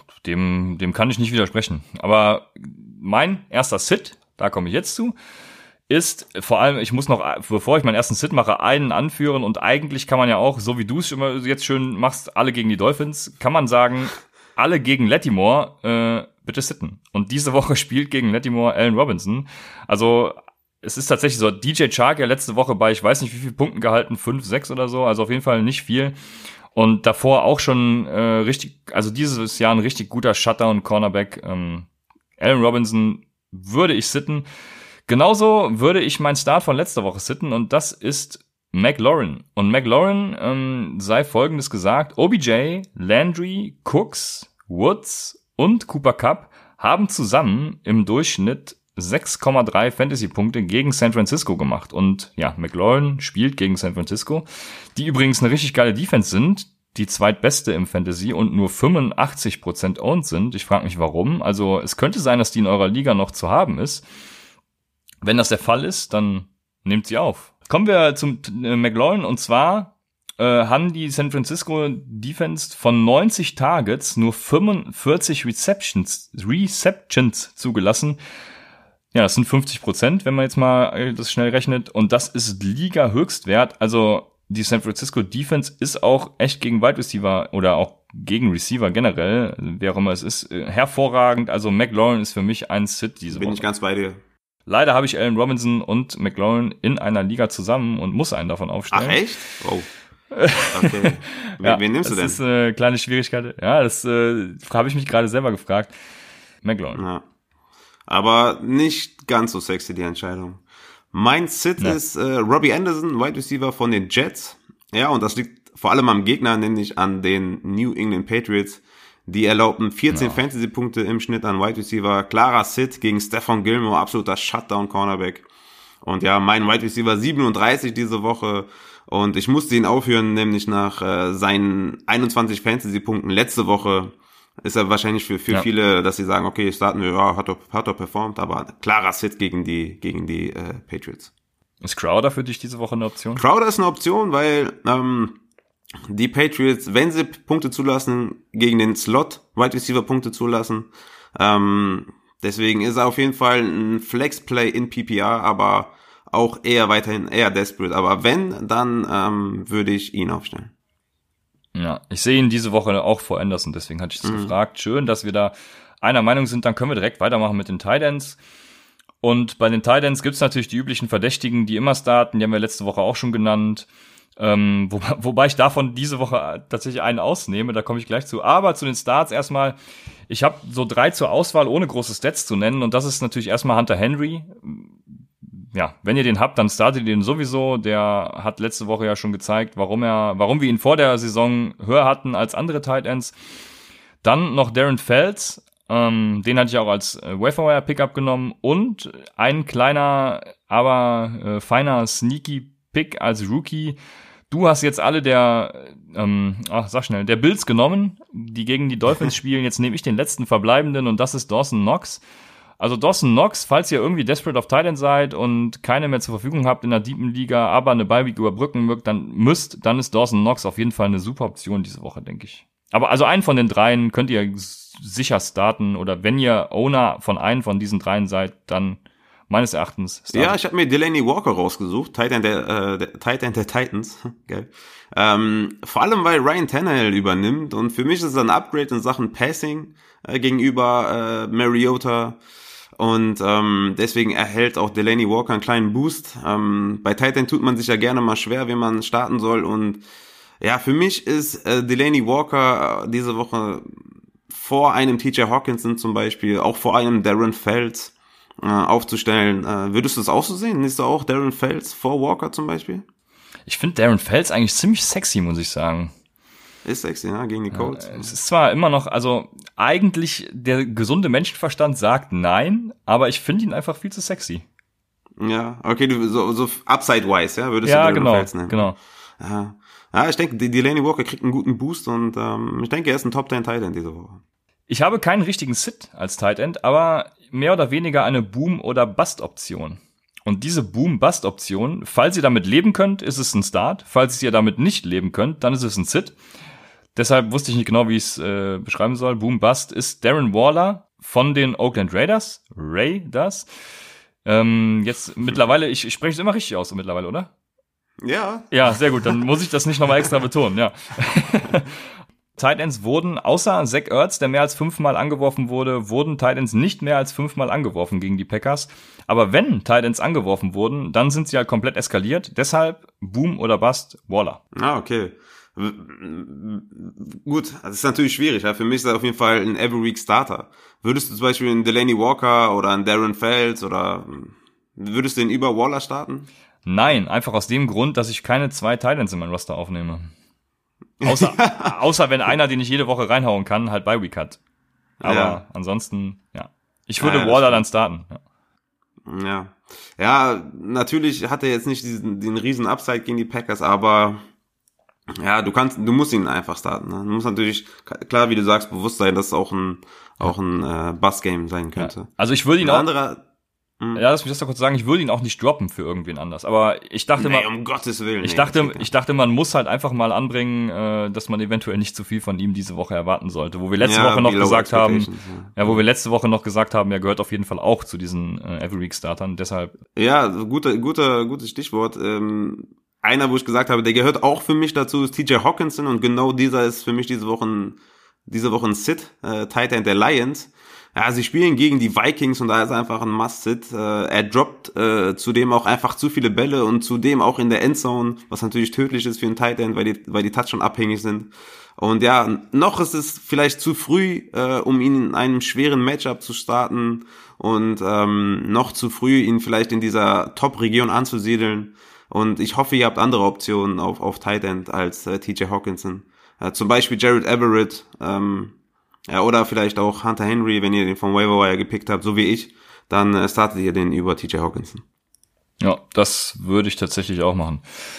Speaker 1: dem, dem kann ich nicht widersprechen. Aber mein erster Sit, da komme ich jetzt zu, ist vor allem, ich muss noch, bevor ich meinen ersten Sit mache, einen anführen. Und eigentlich kann man ja auch, so wie du es immer jetzt schön machst, alle gegen die Dolphins, kann man sagen, alle gegen Lattimore, äh, bitte sitten. Und diese Woche spielt gegen Lattimore Allen Robinson. Also es ist tatsächlich so, D J Chark ja letzte Woche bei, ich weiß nicht wie viel Punkten gehalten, fünf, sechs oder so, also auf jeden Fall nicht viel. Und davor auch schon äh, richtig, also dieses Jahr ein richtig guter Shutdown-Cornerback. Ähm, Allen Robinson würde ich sitten. Genauso würde ich meinen Start von letzter Woche sitten und das ist McLaurin. Und McLaurin ähm, sei Folgendes gesagt, O B J, Landry, Cooks, Woods und Cooper Kupp haben zusammen im Durchschnitt sechs Komma drei Fantasy-Punkte gegen San Francisco gemacht. Und ja, McLaurin spielt gegen San Francisco, die übrigens eine richtig geile Defense sind, die zweitbeste im Fantasy und nur fünfundachtzig Prozent owned sind. Ich frage mich, warum. Also es könnte sein, dass die in eurer Liga noch zu haben ist. Wenn das der Fall ist, dann nehmt sie auf. Kommen wir zum äh, McLaurin und zwar äh, haben die San Francisco Defense von neunzig Targets nur fünfundvierzig Receptions, Receptions zugelassen. Ja, das sind fünfzig Prozent, wenn man jetzt mal das schnell rechnet. Und das ist Liga-Höchstwert. Also die San Francisco Defense ist auch echt gegen Wide Receiver oder auch gegen Receiver generell, wer auch immer es ist, hervorragend. Also McLaurin ist für mich ein Sit diese
Speaker 2: Bin
Speaker 1: Woche.
Speaker 2: ich ganz bei dir.
Speaker 1: Leider habe ich Allen Robinson und McLaurin in einer Liga zusammen und muss einen davon aufstellen.
Speaker 2: Ach echt? Oh. Okay. Wen,
Speaker 1: ja,
Speaker 2: wen nimmst du denn?
Speaker 1: Das ist eine kleine Schwierigkeit. Ja, das äh, habe ich mich gerade selber gefragt. McLaurin.
Speaker 2: Ja. Aber nicht ganz so sexy, die Entscheidung. Mein Sit
Speaker 1: Ja.
Speaker 2: ist äh, Robbie Anderson, Wide Receiver von den Jets. Ja, und das liegt vor allem am Gegner, nämlich an den New England Patriots. Die erlaubten vierzehn
Speaker 1: Ja.
Speaker 2: Fantasy-Punkte im Schnitt an Wide Receiver. Klarer Sit gegen Stephon Gilmore, absoluter Shutdown-Cornerback. Und ja, mein Wide Receiver siebenunddreißig diese Woche. Und ich musste ihn aufhören, nämlich nach äh, seinen einundzwanzig Fantasy-Punkten letzte Woche. Ist er wahrscheinlich für, für
Speaker 1: Ja.
Speaker 2: viele, dass sie sagen, okay, starten wir, ja, hat er, hat er performt, aber klarer Sit gegen die, gegen die äh, Patriots.
Speaker 1: Ist Crowder für dich diese Woche eine Option?
Speaker 2: Crowder ist eine Option, weil ähm, die Patriots, wenn sie Punkte zulassen, gegen den Slot Wide Receiver Punkte zulassen. Ähm, deswegen ist er auf jeden Fall ein Flex-Play in P P R, aber auch eher weiterhin eher desperate. Aber wenn, dann ähm, würde ich ihn aufstellen.
Speaker 1: Ja, ich sehe ihn diese Woche auch vor Anderson, deswegen hatte ich das
Speaker 2: Mhm.
Speaker 1: gefragt. Schön, dass wir da einer Meinung sind. Dann können wir direkt weitermachen mit den Tight Ends. Und bei den Tight Ends gibt's natürlich die üblichen Verdächtigen, die immer starten. Die haben wir letzte Woche auch schon genannt. Ähm, wo, wobei ich davon diese Woche tatsächlich einen ausnehme, da komme ich gleich zu. Aber zu den Starts erstmal, ich habe so drei zur Auswahl, ohne große Stats zu nennen. Und das ist natürlich erstmal Hunter Henry. Ja, wenn ihr den habt, dann startet ihr den sowieso. Der hat letzte Woche ja schon gezeigt, warum er, warum wir ihn vor der Saison höher hatten als andere Tight Ends. Dann noch Darren Fells, ähm, den hatte ich auch als äh, Waiver Pickup genommen und ein kleiner, aber äh, feiner Sneaky Pick als Rookie. Du hast jetzt alle der, ähm, ach, sag schnell, der Bills genommen, die gegen die Dolphins spielen. Jetzt nehme ich den letzten verbleibenden und das ist Dawson Knox. Also Dawson Knox, falls ihr irgendwie desperate auf Tight End seid und keine mehr zur Verfügung habt in der deepen Liga, aber eine Bye-Week überbrücken mögt, dann müsst, dann ist Dawson Knox auf jeden Fall eine super Option diese Woche, denke ich. Aber also einen von den dreien könnt ihr sicher starten oder wenn ihr Owner von einem von diesen dreien seid, dann meines Erachtens starten.
Speaker 2: Ja, ich habe mir Delaney Walker rausgesucht, Tight End der, äh, der, Tight End der Titans. Geil. Ähm, vor allem, weil Ryan Tannehill übernimmt und für mich ist es ein Upgrade in Sachen Passing äh, gegenüber äh, Mariota. Und ähm, deswegen erhält auch Delaney Walker einen kleinen Boost. Ähm, bei Tight End tut man sich ja gerne mal schwer, wenn man starten soll. Und ja, für mich ist äh, Delaney Walker äh, diese Woche vor einem T J Hawkinson zum Beispiel, auch vor einem Darren Fells äh, aufzustellen. Äh, würdest du es auch so sehen? Siehst du auch Darren Fells vor Walker zum Beispiel?
Speaker 1: Ich finde Darren Fells eigentlich ziemlich sexy, muss ich sagen.
Speaker 2: Ist sexy, ja, gegen die Colts.
Speaker 1: Ja, es ist zwar immer noch, also eigentlich der gesunde Menschenverstand sagt nein, aber ich finde ihn einfach viel zu sexy.
Speaker 2: Ja, okay, du so, so upside-wise, ja, würdest
Speaker 1: Ja,
Speaker 2: du Darren
Speaker 1: genau,
Speaker 2: Fells nennen.
Speaker 1: genau.
Speaker 2: Ja. Ja, ich denke, Delaney Walker kriegt einen guten Boost und ähm, ich denke, er ist ein Top zehn Tight End diese Woche.
Speaker 1: Ich habe keinen richtigen Sit als Tight End, aber mehr oder weniger eine Boom- oder Bust-Option. Und diese Boom-Bust-Option, falls ihr damit leben könnt, ist es ein Start. Falls ihr damit nicht leben könnt, dann ist es ein Sit. Deshalb wusste ich nicht genau, wie ich es äh, beschreiben soll. Boom-Bust ist Darren Waller von den Oakland Raiders. Raiders. Ähm, jetzt mittlerweile, ich, ich spreche es immer richtig aus so mittlerweile, oder?
Speaker 2: Ja.
Speaker 1: Ja, sehr gut. Dann muss ich das nicht nochmal extra betonen, ja. Tight Ends wurden, außer Zach Ertz, der mehr als fünfmal angeworfen wurde, wurden Tight Ends nicht mehr als fünfmal angeworfen gegen die Packers. Aber wenn Tight Ends angeworfen wurden, dann sind sie halt komplett eskaliert. Deshalb Boom oder Bust, Waller.
Speaker 2: Ah, okay. Gut, das ist natürlich schwierig. Ja? Für mich ist das auf jeden Fall ein Every-Week-Starter. Würdest du zum Beispiel einen Delaney Walker oder einen Darren Fells oder würdest du den über Waller starten?
Speaker 1: Nein, einfach aus dem Grund, dass ich keine zwei Tight Ends in mein Roster aufnehme. Außer, außer wenn einer, den ich jede Woche reinhauen kann, halt bei Week hat. Aber
Speaker 2: Ja.
Speaker 1: ansonsten, ja. Ich würde
Speaker 2: Ja,
Speaker 1: Waller
Speaker 2: stimmt.
Speaker 1: dann starten. Ja.
Speaker 2: Ja. Ja, natürlich hat er jetzt nicht diesen den riesen Upside gegen die Packers, aber ja, du kannst, du musst ihn einfach starten. Ne? Du musst natürlich, klar, wie du sagst, bewusst sein, dass es auch ein, auch ein äh, Bust-Game sein könnte.
Speaker 1: Ja. Also ich würde ihn
Speaker 2: Ein
Speaker 1: auch,
Speaker 2: anderer,
Speaker 1: ja, lass mich das doch kurz sagen, ich würde ihn auch nicht droppen für irgendwen anders. Aber ich dachte
Speaker 2: nee,
Speaker 1: mal,
Speaker 2: um Gottes Willen.
Speaker 1: ich
Speaker 2: nee,
Speaker 1: dachte,
Speaker 2: das geht
Speaker 1: ich dachte, man muss halt einfach mal anbringen, äh, dass man eventuell nicht zu viel von ihm diese Woche erwarten sollte. Wo wir letzte
Speaker 2: Ja,
Speaker 1: Woche noch
Speaker 2: below
Speaker 1: gesagt haben,
Speaker 2: expectations,
Speaker 1: ja, wo wir letzte Woche noch gesagt haben, er gehört auf jeden Fall auch zu diesen äh, Every-Week-Startern. Deshalb,
Speaker 2: Ja, guter, guter, gutes Stichwort. Ähm, einer, wo ich gesagt habe, der gehört auch für mich dazu, ist T J Hawkinson und genau dieser ist für mich diese Woche ein, diese Woche ein Sit, äh, Tight End der Lions. Ja, sie spielen gegen die Vikings und da ist einfach ein Must-Sit. Äh, er droppt äh, zudem auch einfach zu viele Bälle und zudem auch in der Endzone, was natürlich tödlich ist für einen Tight End, weil die, weil die Touchdown abhängig sind. Und ja, noch ist es vielleicht zu früh, äh, um ihn in einem schweren Matchup zu starten und ähm, noch zu früh, ihn vielleicht in dieser Top-Region anzusiedeln. Und ich hoffe, ihr habt andere Optionen auf, auf Tight End als äh, T J Hockenson. Äh, zum Beispiel Jared Everett, ähm, ja, oder vielleicht auch Hunter Henry, wenn ihr den vom Waiver Wire gepickt habt, so wie ich, dann äh, startet ihr den über T J Hockenson.
Speaker 1: Ja, das würde ich tatsächlich auch machen.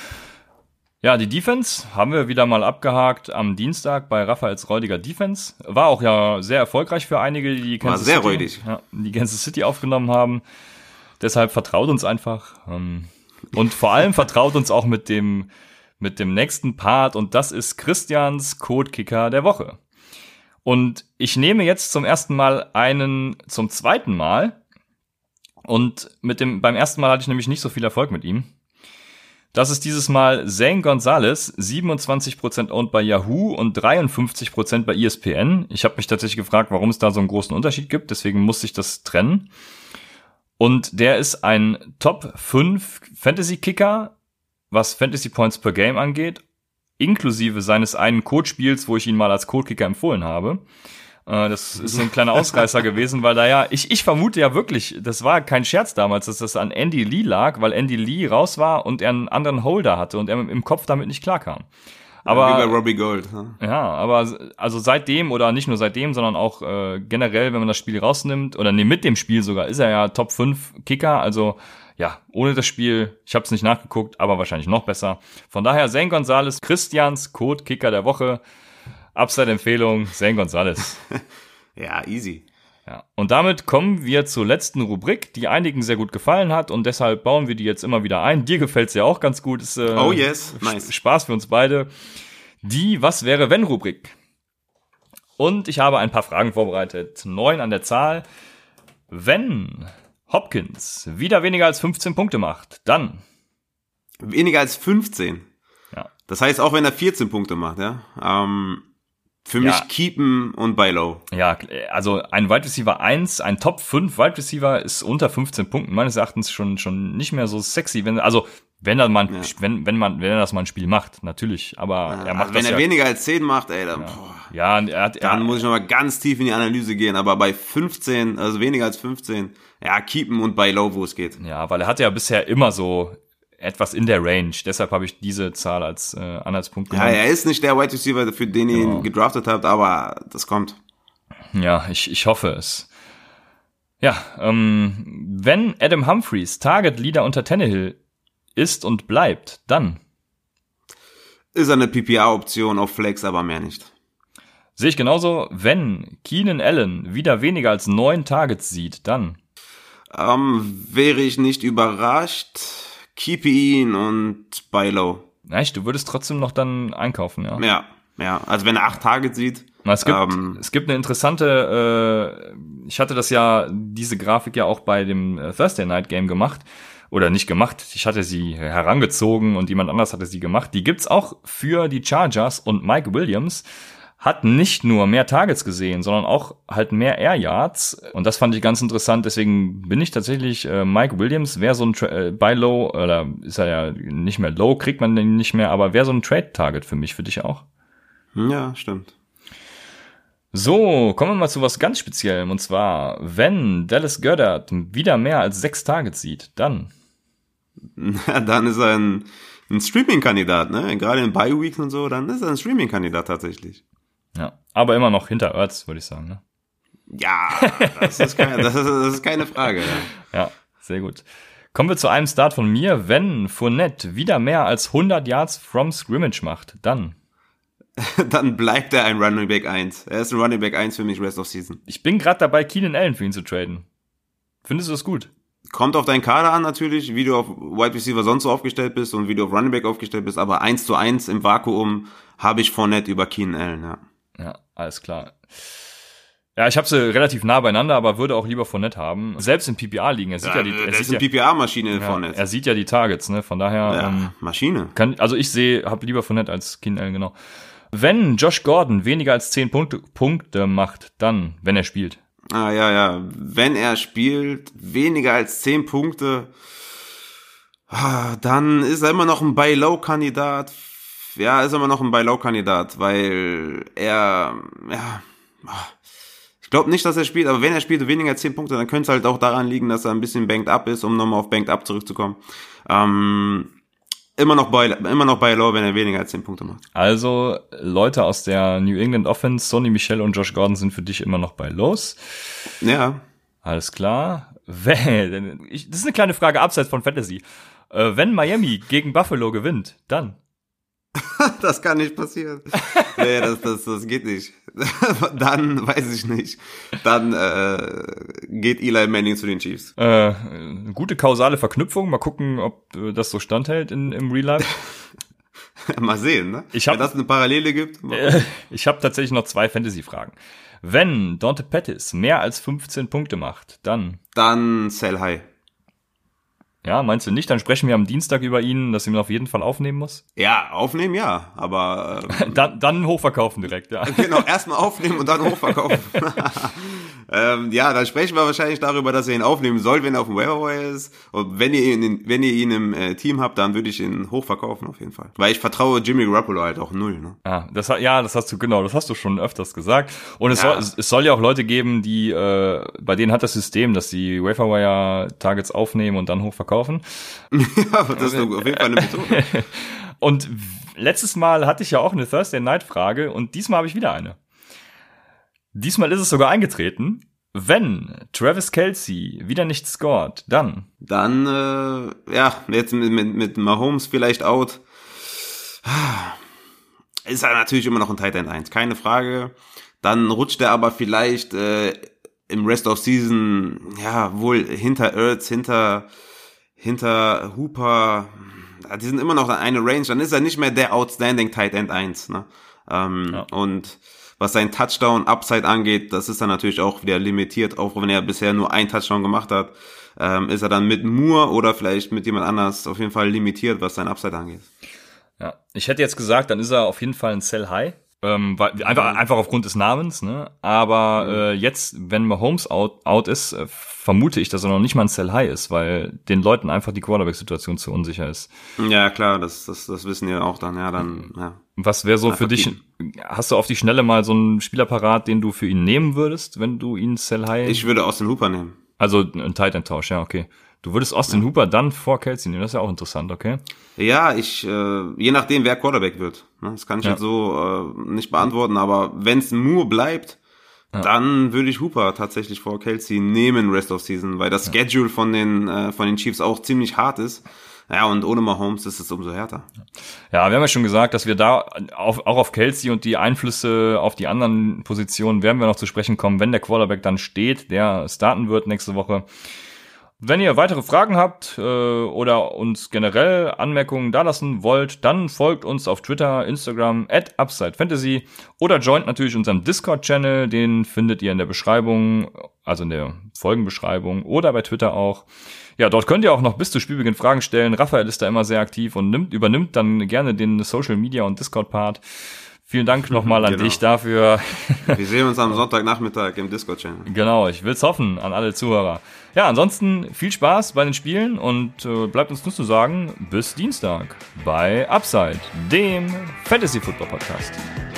Speaker 1: Ja, die Defense haben wir wieder mal abgehakt am Dienstag bei Raphaels räudiger Defense. War auch ja sehr erfolgreich für einige, die Kansas
Speaker 2: War sehr
Speaker 1: City,
Speaker 2: räudig.
Speaker 1: Ja, die Kansas City aufgenommen haben. Deshalb vertraut uns einfach. Und vor allem vertraut uns auch mit dem, mit dem nächsten Part, und das ist Christians Codekicker der Woche. Und ich nehme jetzt zum ersten Mal einen zum zweiten Mal. Und mit dem, beim ersten Mal hatte ich nämlich nicht so viel Erfolg mit ihm. Das ist dieses Mal Zane Gonzalez, siebenundzwanzig Prozent owned bei Yahoo und dreiundfünfzig Prozent bei E S P N. Ich habe mich tatsächlich gefragt, warum es da so einen großen Unterschied gibt, deswegen musste ich das trennen. Und der ist ein Top fünf Fantasy-Kicker, was Fantasy Points per Game angeht, inklusive seines einen Codespiels, wo ich ihn mal als Codekicker empfohlen habe. Äh, das ist so ein kleiner Ausreißer gewesen, weil da ja, ich, ich vermute ja wirklich, das war kein Scherz damals, dass das an Andy Lee lag, weil Andy Lee raus war und er einen anderen Holder hatte und er im Kopf damit nicht klarkam. Aber,
Speaker 2: ja, wie bei Robbie Gold. Hm?
Speaker 1: Ja, aber also seitdem, oder nicht nur seitdem, sondern auch äh, generell, wenn man das Spiel rausnimmt, oder nee, mit dem Spiel sogar, ist er ja Top fünf Kicker, also ja, ohne das Spiel, ich habe es nicht nachgeguckt, aber wahrscheinlich noch besser. Von daher Zane Gonzalez, Christians Code-Kicker der Woche, Upside-Empfehlung, Zane Gonzalez.
Speaker 2: Ja, easy.
Speaker 1: Ja, und damit kommen wir zur letzten Rubrik, die einigen sehr gut gefallen hat und deshalb bauen wir die jetzt immer wieder ein. Dir gefällt's ja auch ganz gut. Ist, äh,
Speaker 2: oh yes, nice.
Speaker 1: Spaß für uns beide. Die Was-wäre-wenn-Rubrik. Und ich habe ein paar Fragen vorbereitet. Neun an der Zahl. Wenn Hopkins wieder weniger als fünfzehn Punkte macht, dann
Speaker 2: weniger als fünfzehn?
Speaker 1: Ja.
Speaker 2: Das heißt, auch wenn er vierzehn Punkte macht, ja? Ähm, für mich
Speaker 1: ja.
Speaker 2: keepen und buy low.
Speaker 1: Ja, also ein Wide Receiver eins, ein Top fünf Wide Receiver ist unter fünfzehn Punkten meines Erachtens schon schon nicht mehr so sexy, wenn also wenn er mal ja. wenn wenn man wenn er das mal ein Spiel macht, natürlich, aber
Speaker 2: ja,
Speaker 1: er macht
Speaker 2: also wenn
Speaker 1: das
Speaker 2: er
Speaker 1: ja,
Speaker 2: weniger als zehn macht, ey, dann
Speaker 1: ja,
Speaker 2: boah,
Speaker 1: ja er hat,
Speaker 2: dann
Speaker 1: er,
Speaker 2: muss ich noch mal ganz tief in die Analyse gehen, aber bei fünfzehn, also weniger als fünfzehn, ja, keepen und buy low, wo es geht.
Speaker 1: Ja, weil er hatte ja bisher immer so etwas in der Range, deshalb habe ich diese Zahl als äh, Anhaltspunkt genommen.
Speaker 2: Ja, er ist nicht der Wide Receiver, für den ihr
Speaker 1: genau.
Speaker 2: ihn gedraftet habt, aber das kommt.
Speaker 1: Ja, ich ich hoffe es. Ja, ähm, wenn Adam Humphries Target Leader unter Tannehill ist und bleibt, dann
Speaker 2: ist er eine P P R-Option auf Flex, aber mehr nicht.
Speaker 1: Sehe ich genauso. Wenn Keenan Allen wieder weniger als neun Targets sieht, dann
Speaker 2: ähm, wäre ich nicht überrascht. Keep ihn und buy low.
Speaker 1: Echt, du würdest trotzdem noch dann einkaufen, ja?
Speaker 2: Ja, ja. Also wenn er acht Targets sieht.
Speaker 1: Es gibt,
Speaker 2: ähm,
Speaker 1: es gibt eine interessante, äh, ich hatte das ja, diese Grafik ja auch bei dem Thursday Night Game gemacht. Oder nicht gemacht, ich hatte sie herangezogen und jemand anders hatte sie gemacht. Die gibt's auch für die Chargers und Mike Williams hat nicht nur mehr Targets gesehen, sondern auch halt mehr Air Yards. Und das fand ich ganz interessant. Deswegen bin ich tatsächlich, äh, Mike Williams wäre so ein Tra- äh, Buy Low, oder ist er ja nicht mehr Low, kriegt man den nicht mehr, aber wäre so ein Trade-Target für mich, für dich auch.
Speaker 2: Ja, stimmt.
Speaker 1: So, kommen wir mal zu was ganz Speziellem. Und zwar, wenn Dallas Goedert wieder mehr als sechs Targets sieht, dann
Speaker 2: Na, dann ist er ein, ein Streaming-Kandidat, ne? Gerade in Bye-Weeks und so, dann ist er ein Streaming-Kandidat tatsächlich.
Speaker 1: Ja, aber immer noch hinter Ertz, würde ich sagen, ne?
Speaker 2: Ja, das ist keine, das ist, das ist keine Frage. Ja.
Speaker 1: Ja, sehr gut. Kommen wir zu einem Start von mir. Wenn Fournette wieder mehr als hundert Yards from Scrimmage macht, dann
Speaker 2: dann bleibt er ein Running Back eins. Er ist ein Running Back eins für mich Rest of Season.
Speaker 1: Ich bin gerade dabei, Keenan Allen für ihn zu traden. Findest du das gut?
Speaker 2: Kommt auf deinen Kader an natürlich, wie du auf Wide Receiver sonst so aufgestellt bist und wie du auf Running Back aufgestellt bist, aber eins zu eins im Vakuum habe ich Fournette über Keenan Allen, ja.
Speaker 1: Ja, alles klar. Ja, ich habe sie relativ nah beieinander, aber würde auch lieber Fournette haben. Selbst in P P R-Ligen. Er sieht ja, ja die, er
Speaker 2: das
Speaker 1: sieht
Speaker 2: ist eine
Speaker 1: ja,
Speaker 2: P P R-Maschine,
Speaker 1: ja,
Speaker 2: Fournette.
Speaker 1: Er sieht ja die Targets, ne? Von daher.
Speaker 2: Ja,
Speaker 1: ähm,
Speaker 2: Maschine.
Speaker 1: Kann, also ich sehe, habe lieber Fournette als Keenan Allen, genau. Wenn Josh Gordon weniger als zehn Punkte, Punkte macht, dann, wenn er spielt.
Speaker 2: Ah, ja, ja. Wenn er spielt, weniger als zehn Punkte, dann ist er immer noch ein Buy-Low-Kandidat. Ja, ist immer noch ein Buy-Low-Kandidat, weil er, ja, ich glaube nicht, dass er spielt, aber wenn er spielt weniger als zehn Punkte, dann könnte es halt auch daran liegen, dass er ein bisschen banked up ist, um nochmal auf banked up zurückzukommen. Ähm, immer noch bei, immer noch bei Low, wenn er weniger als zehn Punkte macht.
Speaker 1: Also, Leute aus der New England Offense, Sonny Michel und Josh Gordon sind für dich immer noch bei Lows.
Speaker 2: Ja.
Speaker 1: Alles klar. Wenn, ich, das ist eine kleine Frage abseits von Fantasy. Äh, wenn Miami gegen Buffalo gewinnt, dann?
Speaker 2: Das kann nicht passieren. Nee, das, das, das geht nicht. Dann weiß ich nicht. Dann äh, geht Eli Manning zu den Chiefs.
Speaker 1: Äh, eine gute kausale Verknüpfung. Mal gucken, ob äh, das so standhält in, im Real Life.
Speaker 2: Mal sehen, ne?
Speaker 1: Ich hab,
Speaker 2: Wenn das eine Parallele gibt.
Speaker 1: Äh, ich habe tatsächlich noch zwei Fantasy-Fragen. Wenn Dante Pettis mehr als fünfzehn Punkte macht, dann?
Speaker 2: Dann sell high.
Speaker 1: Ja, meinst du nicht? Dann sprechen wir am Dienstag über ihn, dass ihn auf jeden Fall aufnehmen muss?
Speaker 2: Ja, aufnehmen, ja, aber...
Speaker 1: Ähm, dann, dann hochverkaufen direkt, ja.
Speaker 2: Genau, erstmal aufnehmen und dann hochverkaufen. ähm, ja, dann sprechen wir wahrscheinlich darüber, dass ihr ihn aufnehmen sollt, wenn er auf dem Waiver ist. Und wenn ihr ihn, wenn ihr ihn im äh, Team habt, dann würde ich ihn hochverkaufen auf jeden Fall. Weil ich vertraue Jimmy Garoppolo halt auch null, ne?
Speaker 1: Ah, das, ja, das hast du, genau, das hast du schon öfters gesagt. Und es,
Speaker 2: ja.
Speaker 1: soll, es soll ja auch Leute geben, die, äh, bei denen hat das System, dass die Waiver-Wire-Targets aufnehmen und dann hochverkaufen.
Speaker 2: Ja, das ist auf jeden Fall eine Methode.
Speaker 1: Und letztes Mal hatte ich ja auch eine Thursday Night Frage und diesmal habe ich wieder eine. Diesmal ist es sogar eingetreten. Wenn Travis Kelce wieder nicht scored, dann?
Speaker 2: Dann, äh, ja, jetzt mit, mit, mit Mahomes vielleicht out. Ist er natürlich immer noch ein Tight End eins, keine Frage. Dann rutscht er aber vielleicht äh, im Rest of Season, ja, wohl hinter Ertz, hinter... hinter Hooper, die sind immer noch eine Range, dann ist er nicht mehr der Outstanding Tight End eins, ne? Ähm, ja. Und was sein Touchdown-Upside angeht, das ist dann natürlich auch wieder limitiert, auch wenn er bisher nur einen Touchdown gemacht hat, ähm, ist er dann mit Moore oder vielleicht mit jemand anders auf jeden Fall limitiert, was sein Upside angeht.
Speaker 1: Ja, ich hätte jetzt gesagt, dann ist er auf jeden Fall ein Sell High. Ähm, weil, einfach, einfach aufgrund des Namens, ne? Aber äh, jetzt, wenn Mahomes out, out ist, äh, vermute ich, dass er noch nicht mal ein Sell High ist, weil den Leuten einfach die Quarterback-Situation zu unsicher ist.
Speaker 2: Ja, klar, das, das, das wissen wir auch dann, ja, dann, ja.
Speaker 1: Was wäre so für dich, hast du auf die Schnelle mal so einen Spieler parat, den du für ihn nehmen würdest, wenn du ihn Sell High?
Speaker 2: Ich würde Austin Hooper nehmen.
Speaker 1: Also ein Tight End Tausch, ja, okay. Du würdest Austin ja. Hooper dann vor Kelce nehmen, das ist ja auch interessant, okay?
Speaker 2: Ja, ich, äh, je nachdem, wer Quarterback wird. Ne? Das kann ich ja. jetzt so äh, nicht beantworten, aber wenn es Moore bleibt, ja. dann würde ich Hooper tatsächlich vor Kelce nehmen Rest of Season, weil das ja. Schedule von den äh, von den Chiefs auch ziemlich hart ist. Ja, und ohne Mahomes ist es umso härter.
Speaker 1: Ja, wir haben ja schon gesagt, dass wir da auf, auch auf Kelce und die Einflüsse auf die anderen Positionen werden wir noch zu sprechen kommen, wenn der Quarterback dann steht, der starten wird nächste Woche. Wenn ihr weitere Fragen habt äh, oder uns generell Anmerkungen dalassen wollt, dann folgt uns auf Twitter, Instagram at UpsideFantasy oder joint natürlich unserem Discord-Channel, den findet ihr in der Beschreibung, also in der Folgenbeschreibung oder bei Twitter auch. Ja, dort könnt ihr auch noch bis zu Spielbeginn Fragen stellen. Raphael ist da immer sehr aktiv und nimmt, übernimmt dann gerne den Social Media und Discord-Part. Vielen Dank nochmal an genau. dich dafür.
Speaker 2: Wir sehen uns am Sonntagnachmittag im Discord-Channel.
Speaker 1: Genau, ich will's hoffen an alle Zuhörer. Ja, ansonsten viel Spaß bei den Spielen und äh, bleibt uns nur zu sagen, bis Dienstag bei Upside, dem Fantasy Football Podcast.